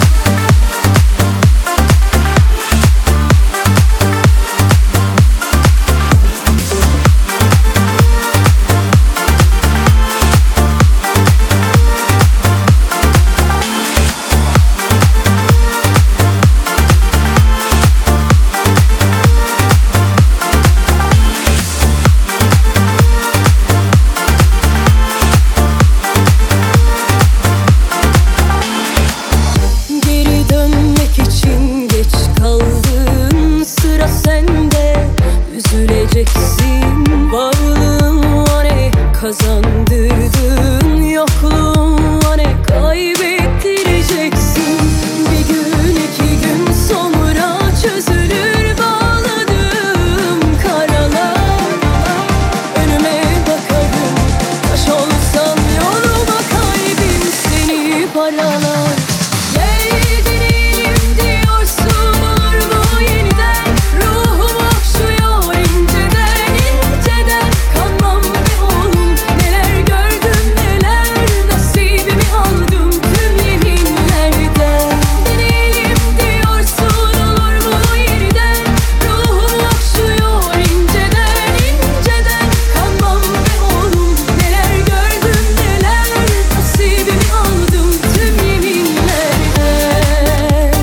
Varlığın var ne kazandırdın, yokluğun var ne kaybettireceksin. Bir gün iki gün sonra çözülür bağladığım karalar. Önüme bakarım, taş olsam yoluma kalbim seni paralar. Sevgilim diyorsun, olur mu yeniden? Ruhum okşuyor inceden inceden. Kanmam be oğlum, neler gördüm neler. Nasibimi aldım tüm yeminlerden. Deneyelim diyorsun, olur mu yeniden? Ruhum okşuyor inceden inceden. Kanmam be oğlum, neler gördüm neler. Nasibimi aldım tüm yeminlerden.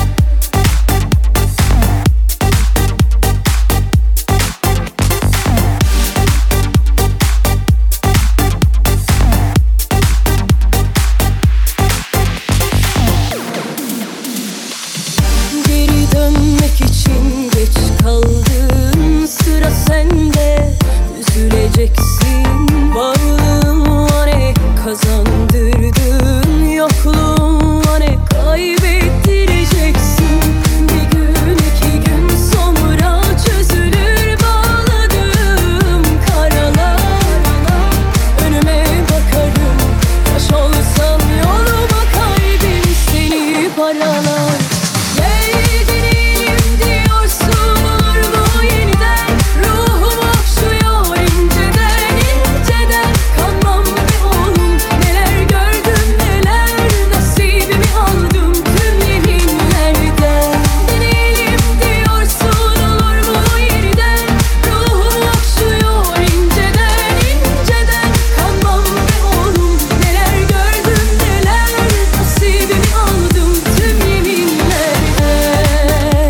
Geri dönmek için geç kaldın, sıra sende, üzüleceksin. Varlığın var ne kazandırdın, yokluğun var ne kaybettireceksin. Bir gün iki gün sonra çözülür bağladığım karalar. Önüme bakarım, taş olsam yoluma kalbim seni paralar. Sevgilim diyorsun, olur mu yeniden? Ruhum okşuyor inceden inceden. Kanmam be oğlum, neler gördüm neler. Nasibimi aldım tüm yeminlerden. Deneyelim diyorsun, olur mu yeniden? Ruhum okşuyor inceden inceden. Kanmam be oğlum, neler gördüm neler. Nasibimi aldım tüm yeminlerden.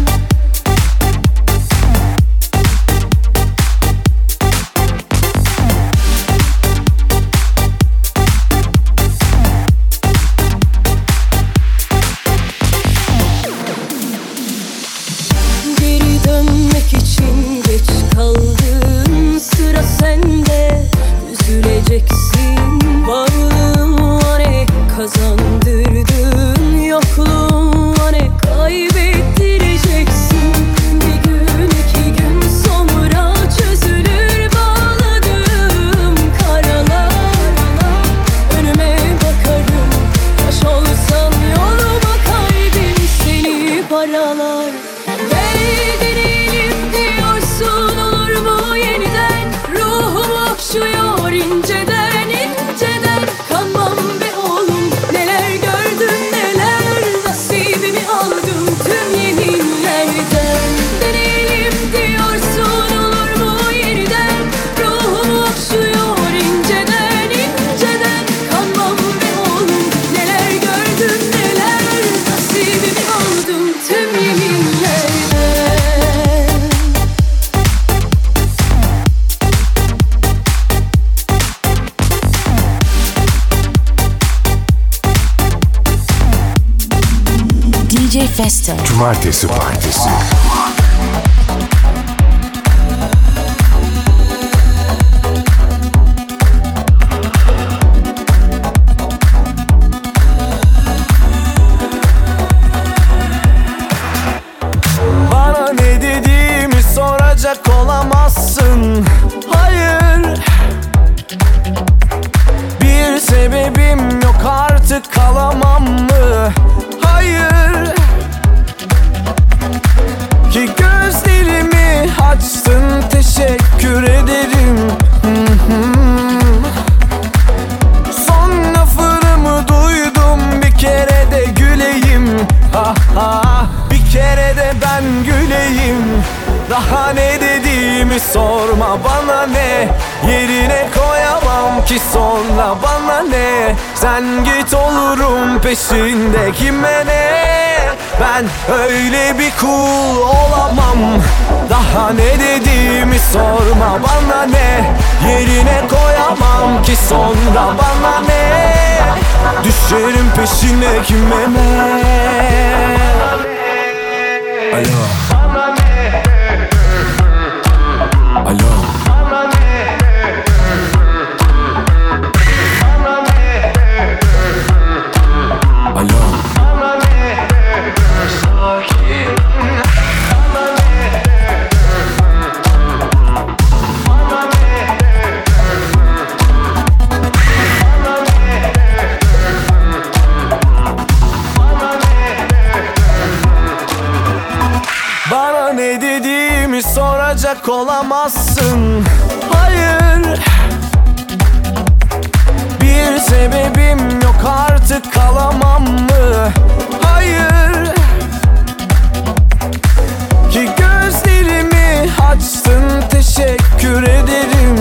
Geri dönmek için geç kaldın, sıra sende, üzüleceksin. Varlığın var ne kazandırdın, yokluğun var ne kaybettireceksin. Bir gün iki gün sonra çözülür bağladığım karalar. Önüme bakarım, taş olsam yoluma kalbim seni paralar. Sevgilim diyorsun, olur mu yeniden? Ruhum okşuyor inceden inceden. Kanmam be oğlum, neler gördüm neler. Nasibimi aldım tüm yeminlerden. Deneyelim diyorsun, olur mu yeniden? Ruhum okşuyor inceden inceden. Kanmam be oğlum, neler gördüm neler. Nasibimi aldım tüm yeminlerden. D J Festo. Cumartesi Partisi. Bana ne dediğimi soracak olamazsın. Hayır. Bir sebebim yok artık, kalamam mı? Hayır. Ki gözlerimi açtın, teşekkür ederim. Son lafımı duydum, bir kere de güleyim. Ha ha, bir kere de ben güleyim. Daha ne dediğimi sorma, bana ne? Yerine koyamam ki sonra, bana ne? Sen git, olurum peşinde, kime ne? Ben öyle bir kul olamam. Daha ne dediğimi sorma, bana ne? Yerine koyamam ki sonra, bana ne? Düşerim peşine, kime ne? Alo. Alo. Alo. Bana ne dediğimi soracak olamazsın. Hayır. Bir sebebim yok artık, kalamam mı? Hayır. Ki gözlerimi açtın, teşekkür ederim.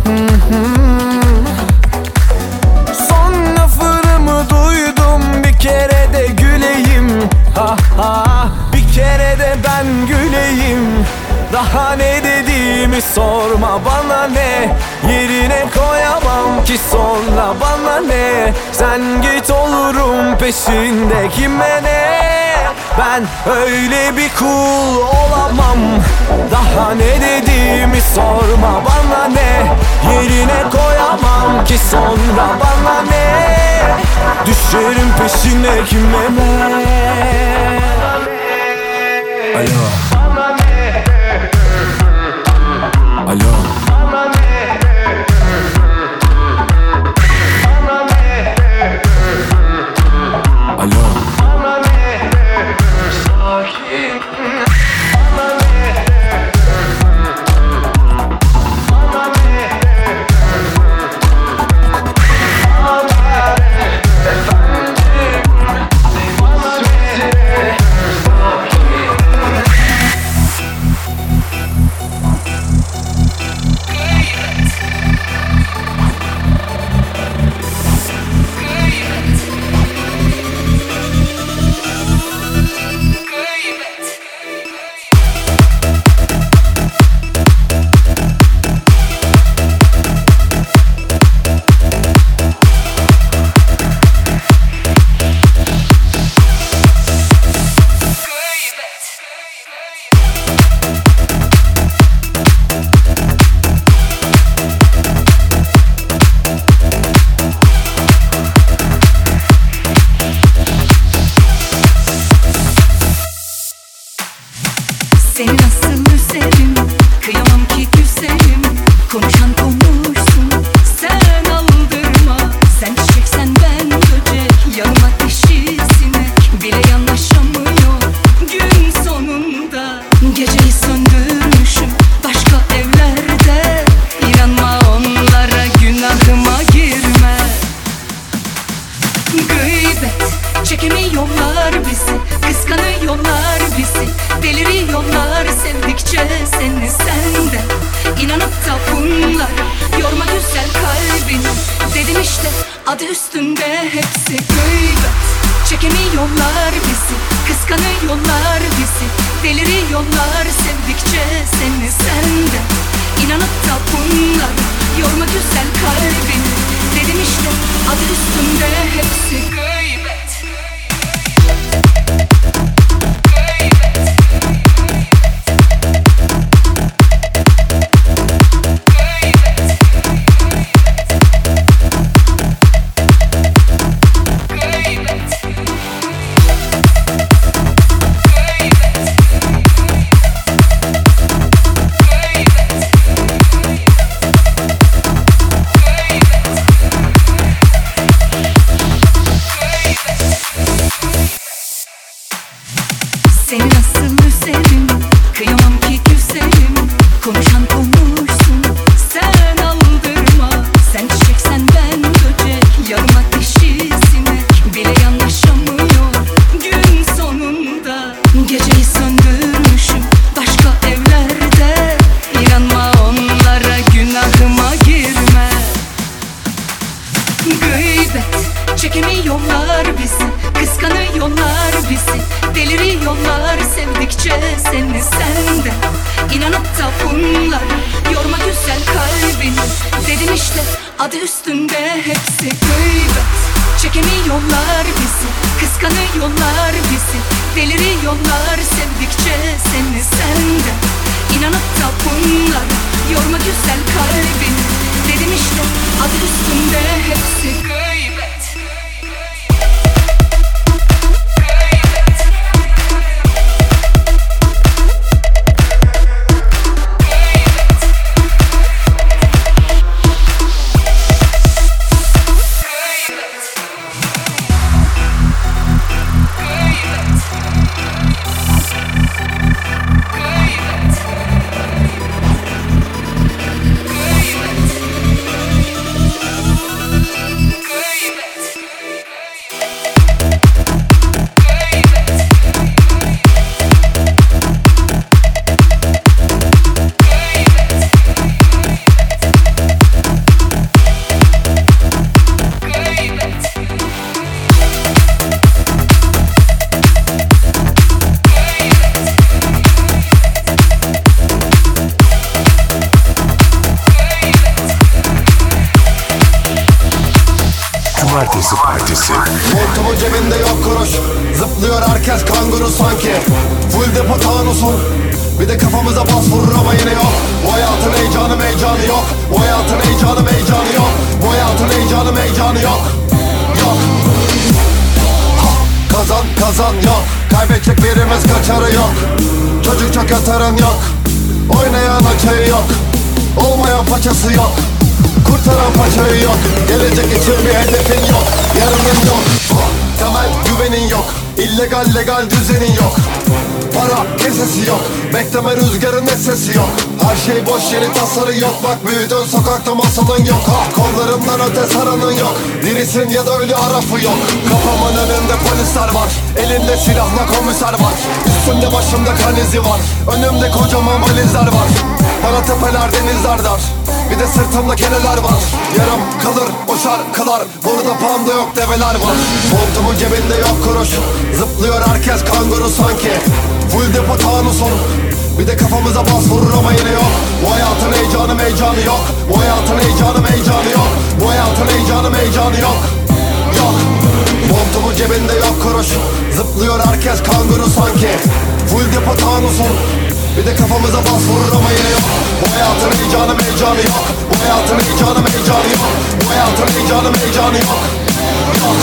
Son lafımı duydum, bir kere de güleyim. Ha ha, bir kere de ben güleyim. Daha ne dediğimi sorma, bana ne? Yerine koyamam ki sonra, bana ne? Sen git, olurum peşinde, kime ne? Ben öyle bir kul olamam. Daha ne dediğimi sorma, bana ne? Yerine koyamam ki sonra, bana ne? Düşerim peşine, kime ne? Alo. Alo. Alo. Seni nasıl üzerim, kıyamam ki güzelim. Konuşan konuşsun, sen aldırma. Sen çiçeksen ben böcek, yanıma dişi sinek. Bile yanaşamıyor gün sonunda. Geceyi söndürmüşüm başka evlerde. İnanma onlara, günahıma girme. Gıybet çekemiyorlar bizi, kıskanıyorlar bizi, deliriyorlar sevdikçe seni senden. İnanıp da bunlara yorma güzel kalbini. Dedim işte adı üstünde hepsi gıybet. Çekemiyorlar bizi, kıskanıyorlar bizi, deliriyorlar sevdikçe seni senden. İnanıp da bunlara yorma güzel kalbini. Dedim işte adı üstünde hepsi gıybet. seni senden. İnanıp da bunlara yorma güzel kalbini. Dedim işte adı üstünde hepsi gıybet. Çekemiyorlar bizi, kıskanıyorlar bizi, deliriyorlar sevdikçe seni senden. İnanıp da bunlara yorma güzel kalbini. Dedim işte adı üstünde hepsi gıybet. Cumartesi Partisi. Montumun cebinde yok kuruş, zıplıyor herkes kanguru sanki. Full depo tanusun, bir de kafamıza bas vurur ama yine yok. Bu hayatın heyecanı meycanı yok. Bu hayatın heyecanı meycanı yok. Bu hayatın heyecanı meycanı yok. Yok. Ha, kazan kazan yok. Kaybedecek birimiz kaçarı yok. Çocuk çok yatarın yok. Oynayan açığı yok. Olmayan paçası yok. Kurtaran paçayı yok. Gelecek için bir hedefin yok. Yarının yok. Temel güvenin yok. İllegal legal düzenin yok. Para kesesi yok. Bekleme rüzgarın sesi yok. Her şey boş yeni tasarı yok. Bak büyüdün sokakta masalın yok. Ha, kollarımdan öte saranın yok. Dirisin ya da ölü arafı yok. Kafamın önünde polisler var. Elinde silahla komiser var. Üstümde başımda kan izi var. Önümde kocaman valizler var. Bana tepeler denizler dar. Bir de sırtımda keneler var. Yarım kalır o şarkılar. Burada panda yok develer var. Montumun cebinde yok kuruş, zıplıyor herkes kanguru sanki. Full depo tanusun, bir de kafamıza bas vurur ama yine yok. Bu hayatın heyecanı meycanı yok. Bu hayatın heyecanı meycanı yok. Bu hayatın heyecanı meycanı yok. Yok. Montumun cebinde yok kuruş, zıplıyor herkes kanguru sanki. Full depo tanusun, bir de kafamıza bas vurur ama yine yok. Bu hayatın heyecanı meycanı yok. Bu hayatın heyecanı meycanı yok. Bu hayatın heyecanı meycanı yok. Yok.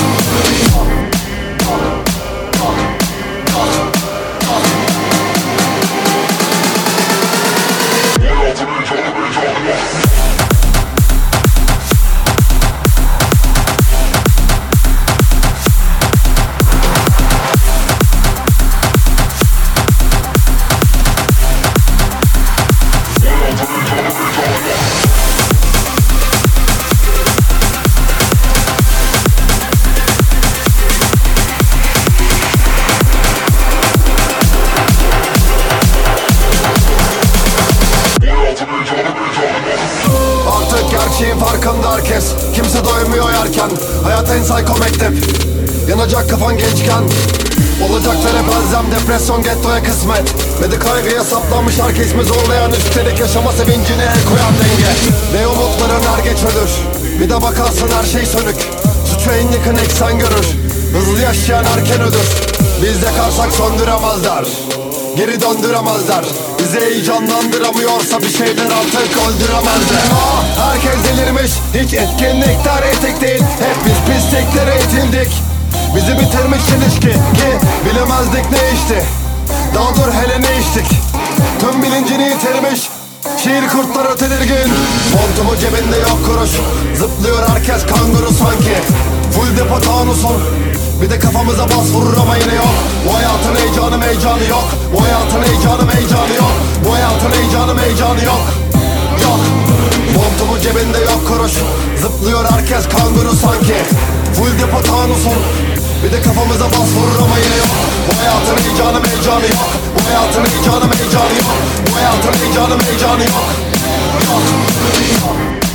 Artık gerçeğin farkında herkes. Kimse doymuyor yerken. Hayat en psycho mektep. Yanacak kafan gençken. Olacaklar hep elzem. Depresyon gettoya kısmet. Ve de kaygıya saplanmış herkes mi zorlayan. Üstelik yaşama sevincine el koyan denge. Ne umutların er geç ölür. Bir de bakarsın her şey sönük. Suçu en yakın eksen görür. Hızlı yaşayan erken ölür. Biz yakarsak söndüremezler. Geri döndüremezler. Bizi heyecanlandıramıyorsa bir şeyler artık öldüremezler. Aa, herkes delirmiş. Hiç etkinlikler etik değil. Hep biz pisliklere itildik. Bizi bitirmiş ilişki ki bilemezdik ne içti. Daha dur hele ne içtik. Tüm bilincini yitirmiş. Şiir kurtları tedirgin. Montumu cebinde yok kuruş, zıplıyor herkes kanguru sanki. Full depo tanusun, bir de kafamıza bas vurur ama yine yok. Bu hayatın heyecanı meycanı yok. Bu hayatın heyecanı meycanı yok. Bu hayatın heyecanı meycanı yok. Yok. Montumu cebinde yok kuruş, zıplıyor herkes kanguru sanki. Full depo tanusun, bir de kafamıza bas vurur ama yine yok. Bu hayatın heyecanı meycanı yok. Bu hayatın heyecanı meycanı yok. Bu hayatın heyecanı meycanı yok. Yok. Yok.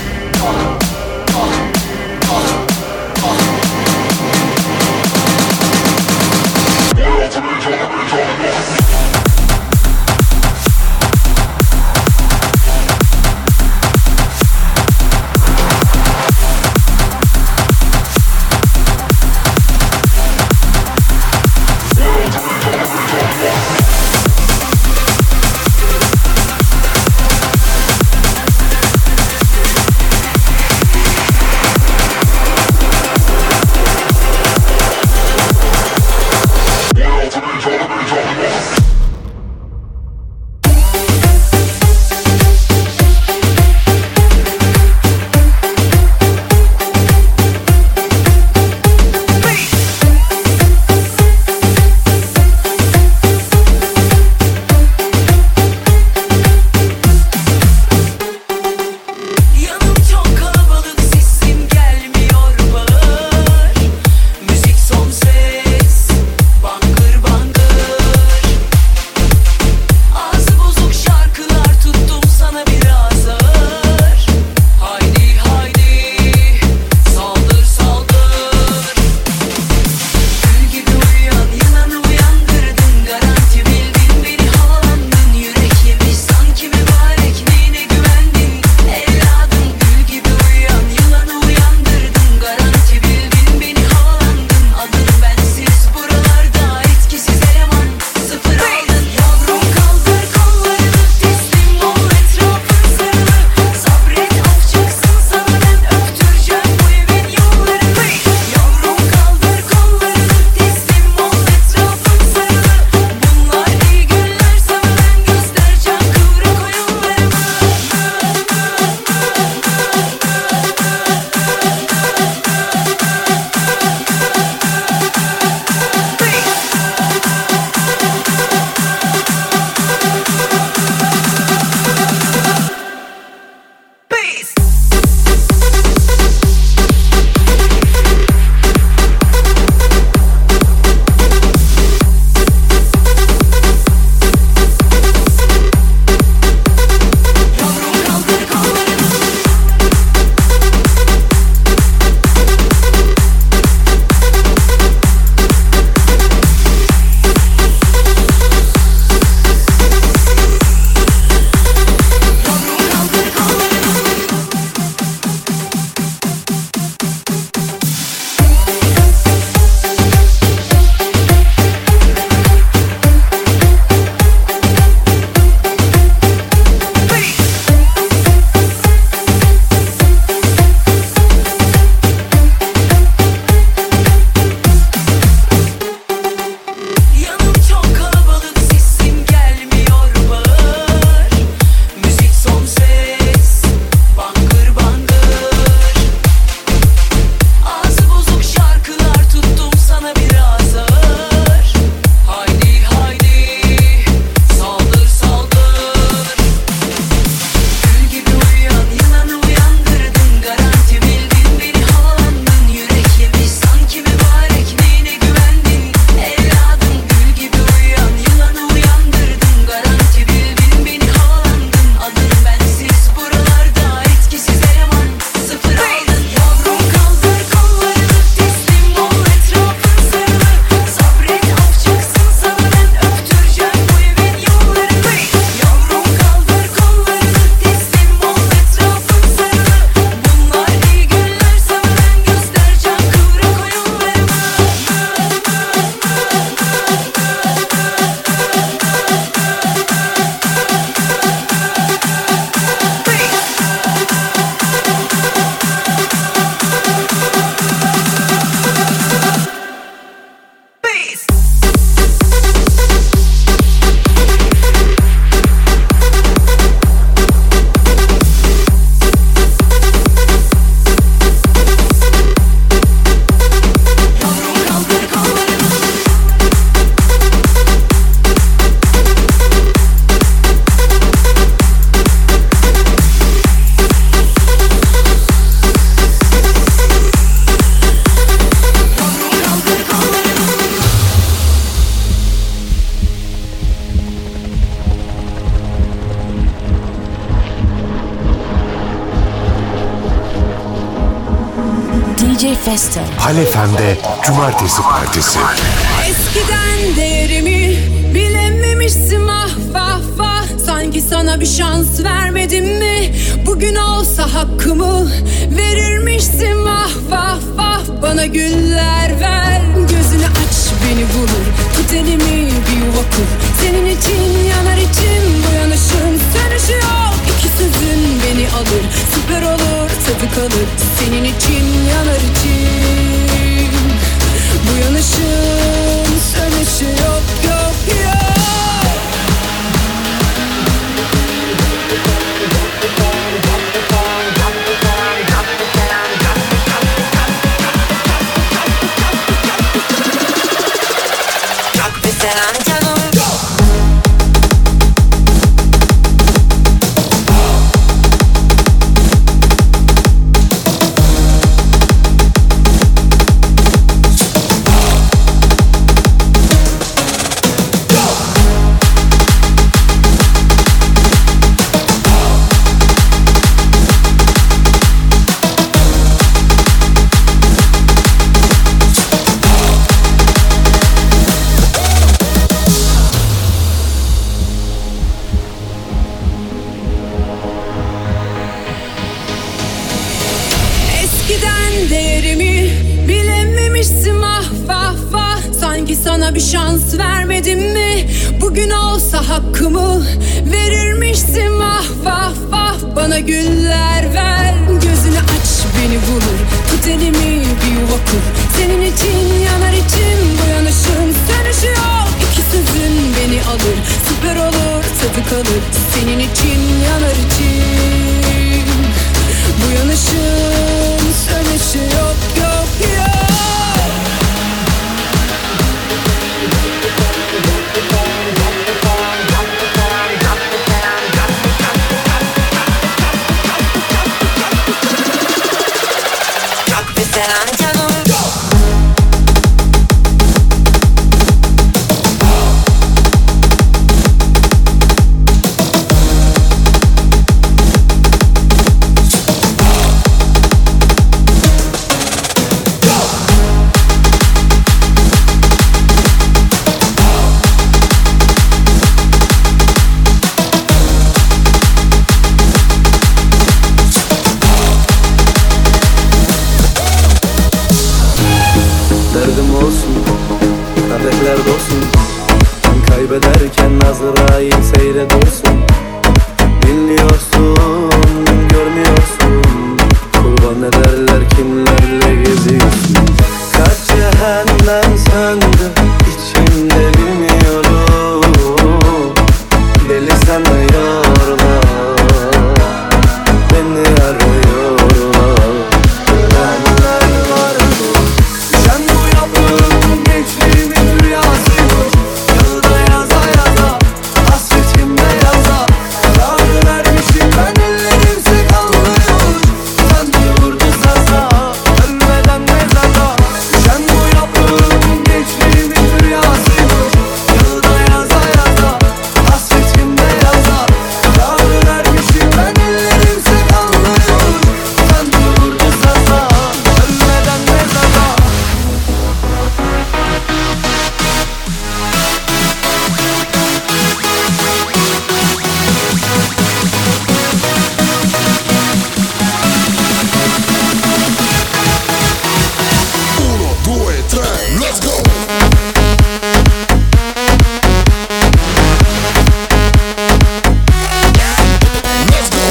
Yok. Yok. D J Festo. Hale F M'de Cumartesi Partisi. Eskiden değerimi bilememişsin ah vah vah. Sanki sana bir şans vermedim mi? Bugün olsa hakkımı verirmişsin vah vah vah. Bana güller ver, gözünü aç beni bulur. Tut elimi bir yuva kur. Senin için yanar içim, bu yanışın sönüşü yok. İki sözün beni alır, süper olur tadı kalır. Senin için yanar içim, bu yanışın sönüşü yok yok yok. Sana bir şans vermedim mi? Bugün olsa hakkımı verirmişsin vah vah vah. Bana güller ver, gözünü aç beni bulur. Tut elimi bir yuva kur. Senin için yanar içim, bu yanışın sönüşü yok. İki sözün beni alır, süper olur tadı kalır. Senin için yanar içim, bu yanışın sönüşü yok yok yok. Kaybederken Azrail seyrediyorsun. Dinliyorsun, görmüyorsun. Kurban ederler kimlerle geziyorsun. Kaç cehennem söndü içimde bilmiyorum. Deli sanıyorlar, beni arıyorlar. Benler var mı? Sen bu yaptığın gençliğimin rüyasıymış. Yılda yaza yaza, hasretimde yaza. Kararı vermişim ben, ellerimse kallıyor. Sen de vurdu sasa, ölmeden mezara. Sen bu yaptığın gençliğimin rüyasıymış. Yılda yaza yaza, hasretimde yaza. Kararı vermişim ben, ellerimse kallıyor. Sen de vurdu sasa, ölmeden mezara. Uno, due, tre, let's go! Let's go!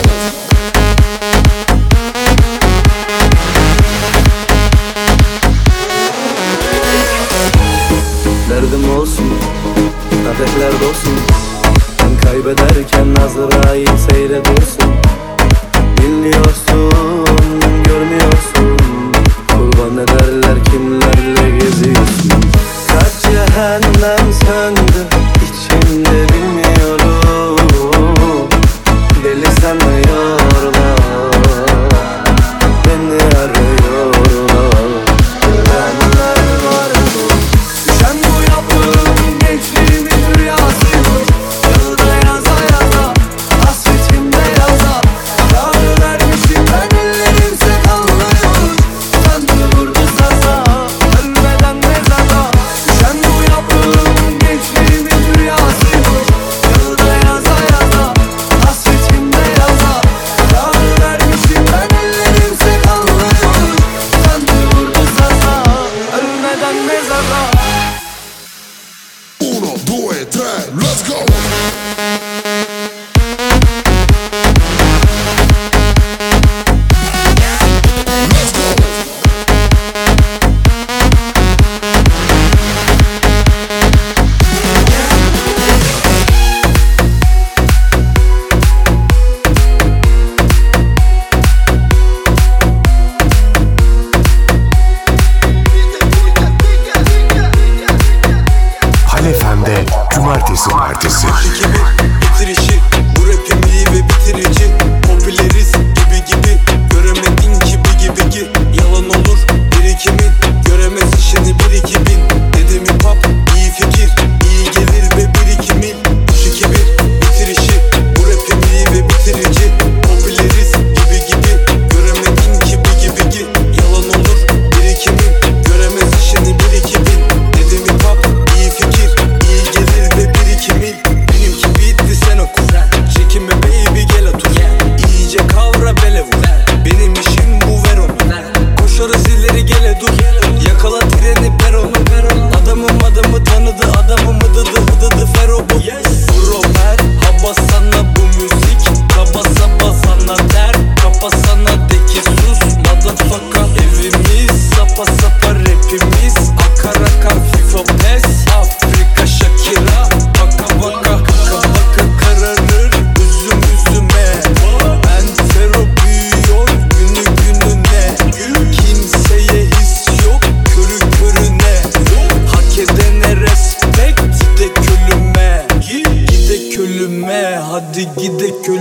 Derdim olsun, kadehler dolsun. Ben kaybederken Azrail seyrediyorsun. Dinliyorsun, görmüyorsun. Kurban ederler kimlerle geziyorsun. Kaç cehennem söndü içimde bilmiyorum. Deli sanıyorlar, beni arıyorlar. Benler var mı? Sen bu yaptığın gençliğimin rüyasıymış. Yılda yaza yaza, hasretimde yaza. Kararı vermişim ben, ellerimse kallıyor. Sen de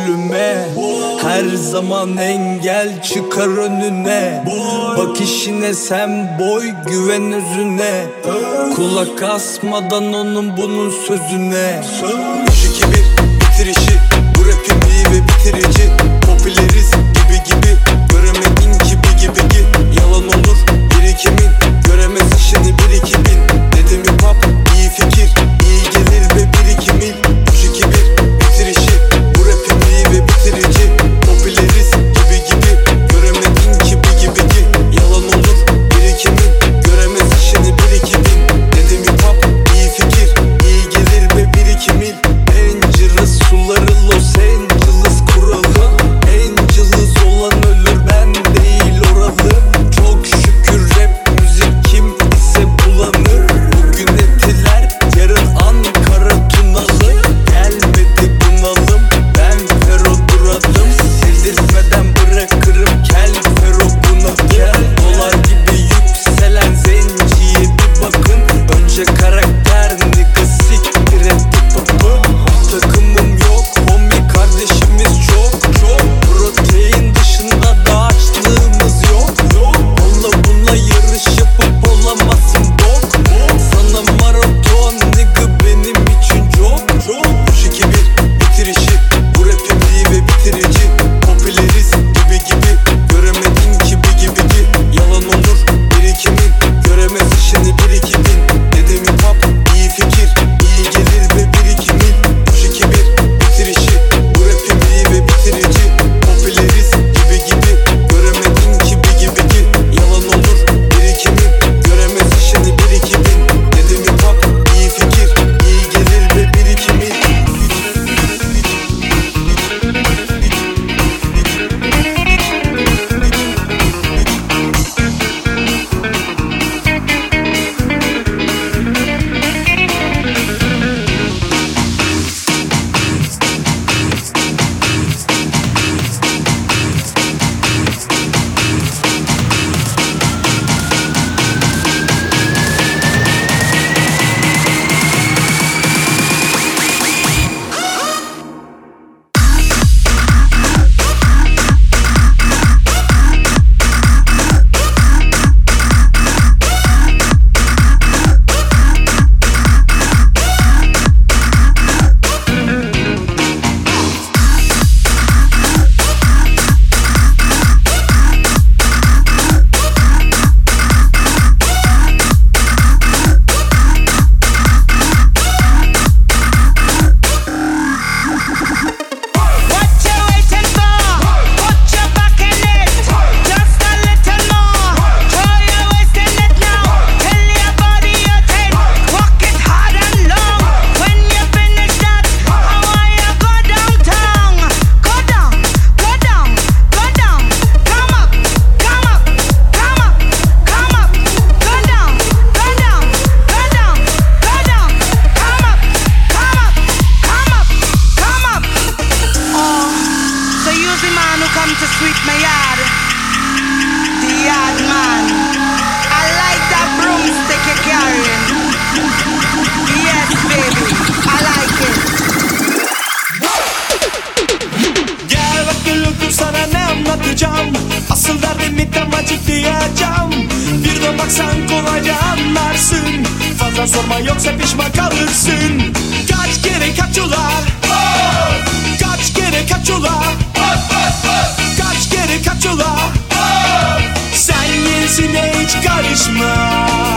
ölüme. Her zaman engel çıkar önüne. Bak işine sen boy, güven özüne. Kulak asmadan onun bunun sözüne. üç iki bir bitir işi. Bu rapim iyi ve bitirici. Popüleriz gibi gibi. Göremedin ki bir gibi ki. Yalan olur birikimin. Göremez işini bir iki bin. Dedim hip hop iyi fikir. İyi gelir ve bir iki mil. üç iki bir bitir işi. Bu rapim iyi ve bitirici. Popüleriz gibi gibi. Göremedin ki bir gibi ki. Yalan olur birikimin. Göremez işini bir iki bin. Dedim hip hop iyi fikir. İyi gelir ve bir iki mil. Dangerous suları Los Angeles kuralı. Angeles olan ölür, ben değil oralı. Çok şükür rap müzik kim ise bulanır. Bugün etiler, yarın Ankara Tunalı. Gelmedi bunalım, ben Fero duradım. Sildirtmeden bırakırım kel Fero buna gel. Dolar gibi yükselen zenciye bir bakın. Önce karakter nigga siktir et hip-hop'u. Takımım yok homie, kardeşimiz çok çok. Protein dışında da açlığımız yok. Onunla bununla yarış yapıp olamazsın bok. Sana maraton nigga benim için çok çok. üç iki bir bitir işi. Bu rapim iyi ve bitirici. Popüleriz gibi gibi. Göremedin ki bir gibi ki. Yalan olur birikimin. Göremez işini bir iki bin. Dedim hip hop iyi fikir. İyi gelir ve bir iki mil. üç iki bir bitir işi. Bu rapim iyi ve bitirici. Popüleriz gibi gibi. Göremedin ki bir gibi ki. Yalan olur birikimin. Göremez işini bir iki bin. Dedim hip hop iyi fikir. İyi gelir ve bir iki mil. Gel bak gel otur, sana ne anlatacağım. Asıl derdimi tam açıklayacağım. Bir de baksan kolayca anlarsın. Fazla sorma yoksa pişman kalırsın. Kaç kere kaç ula, kaç kere kaç ula, kaç kere kaç ula. Sen yenisine hiç karışma.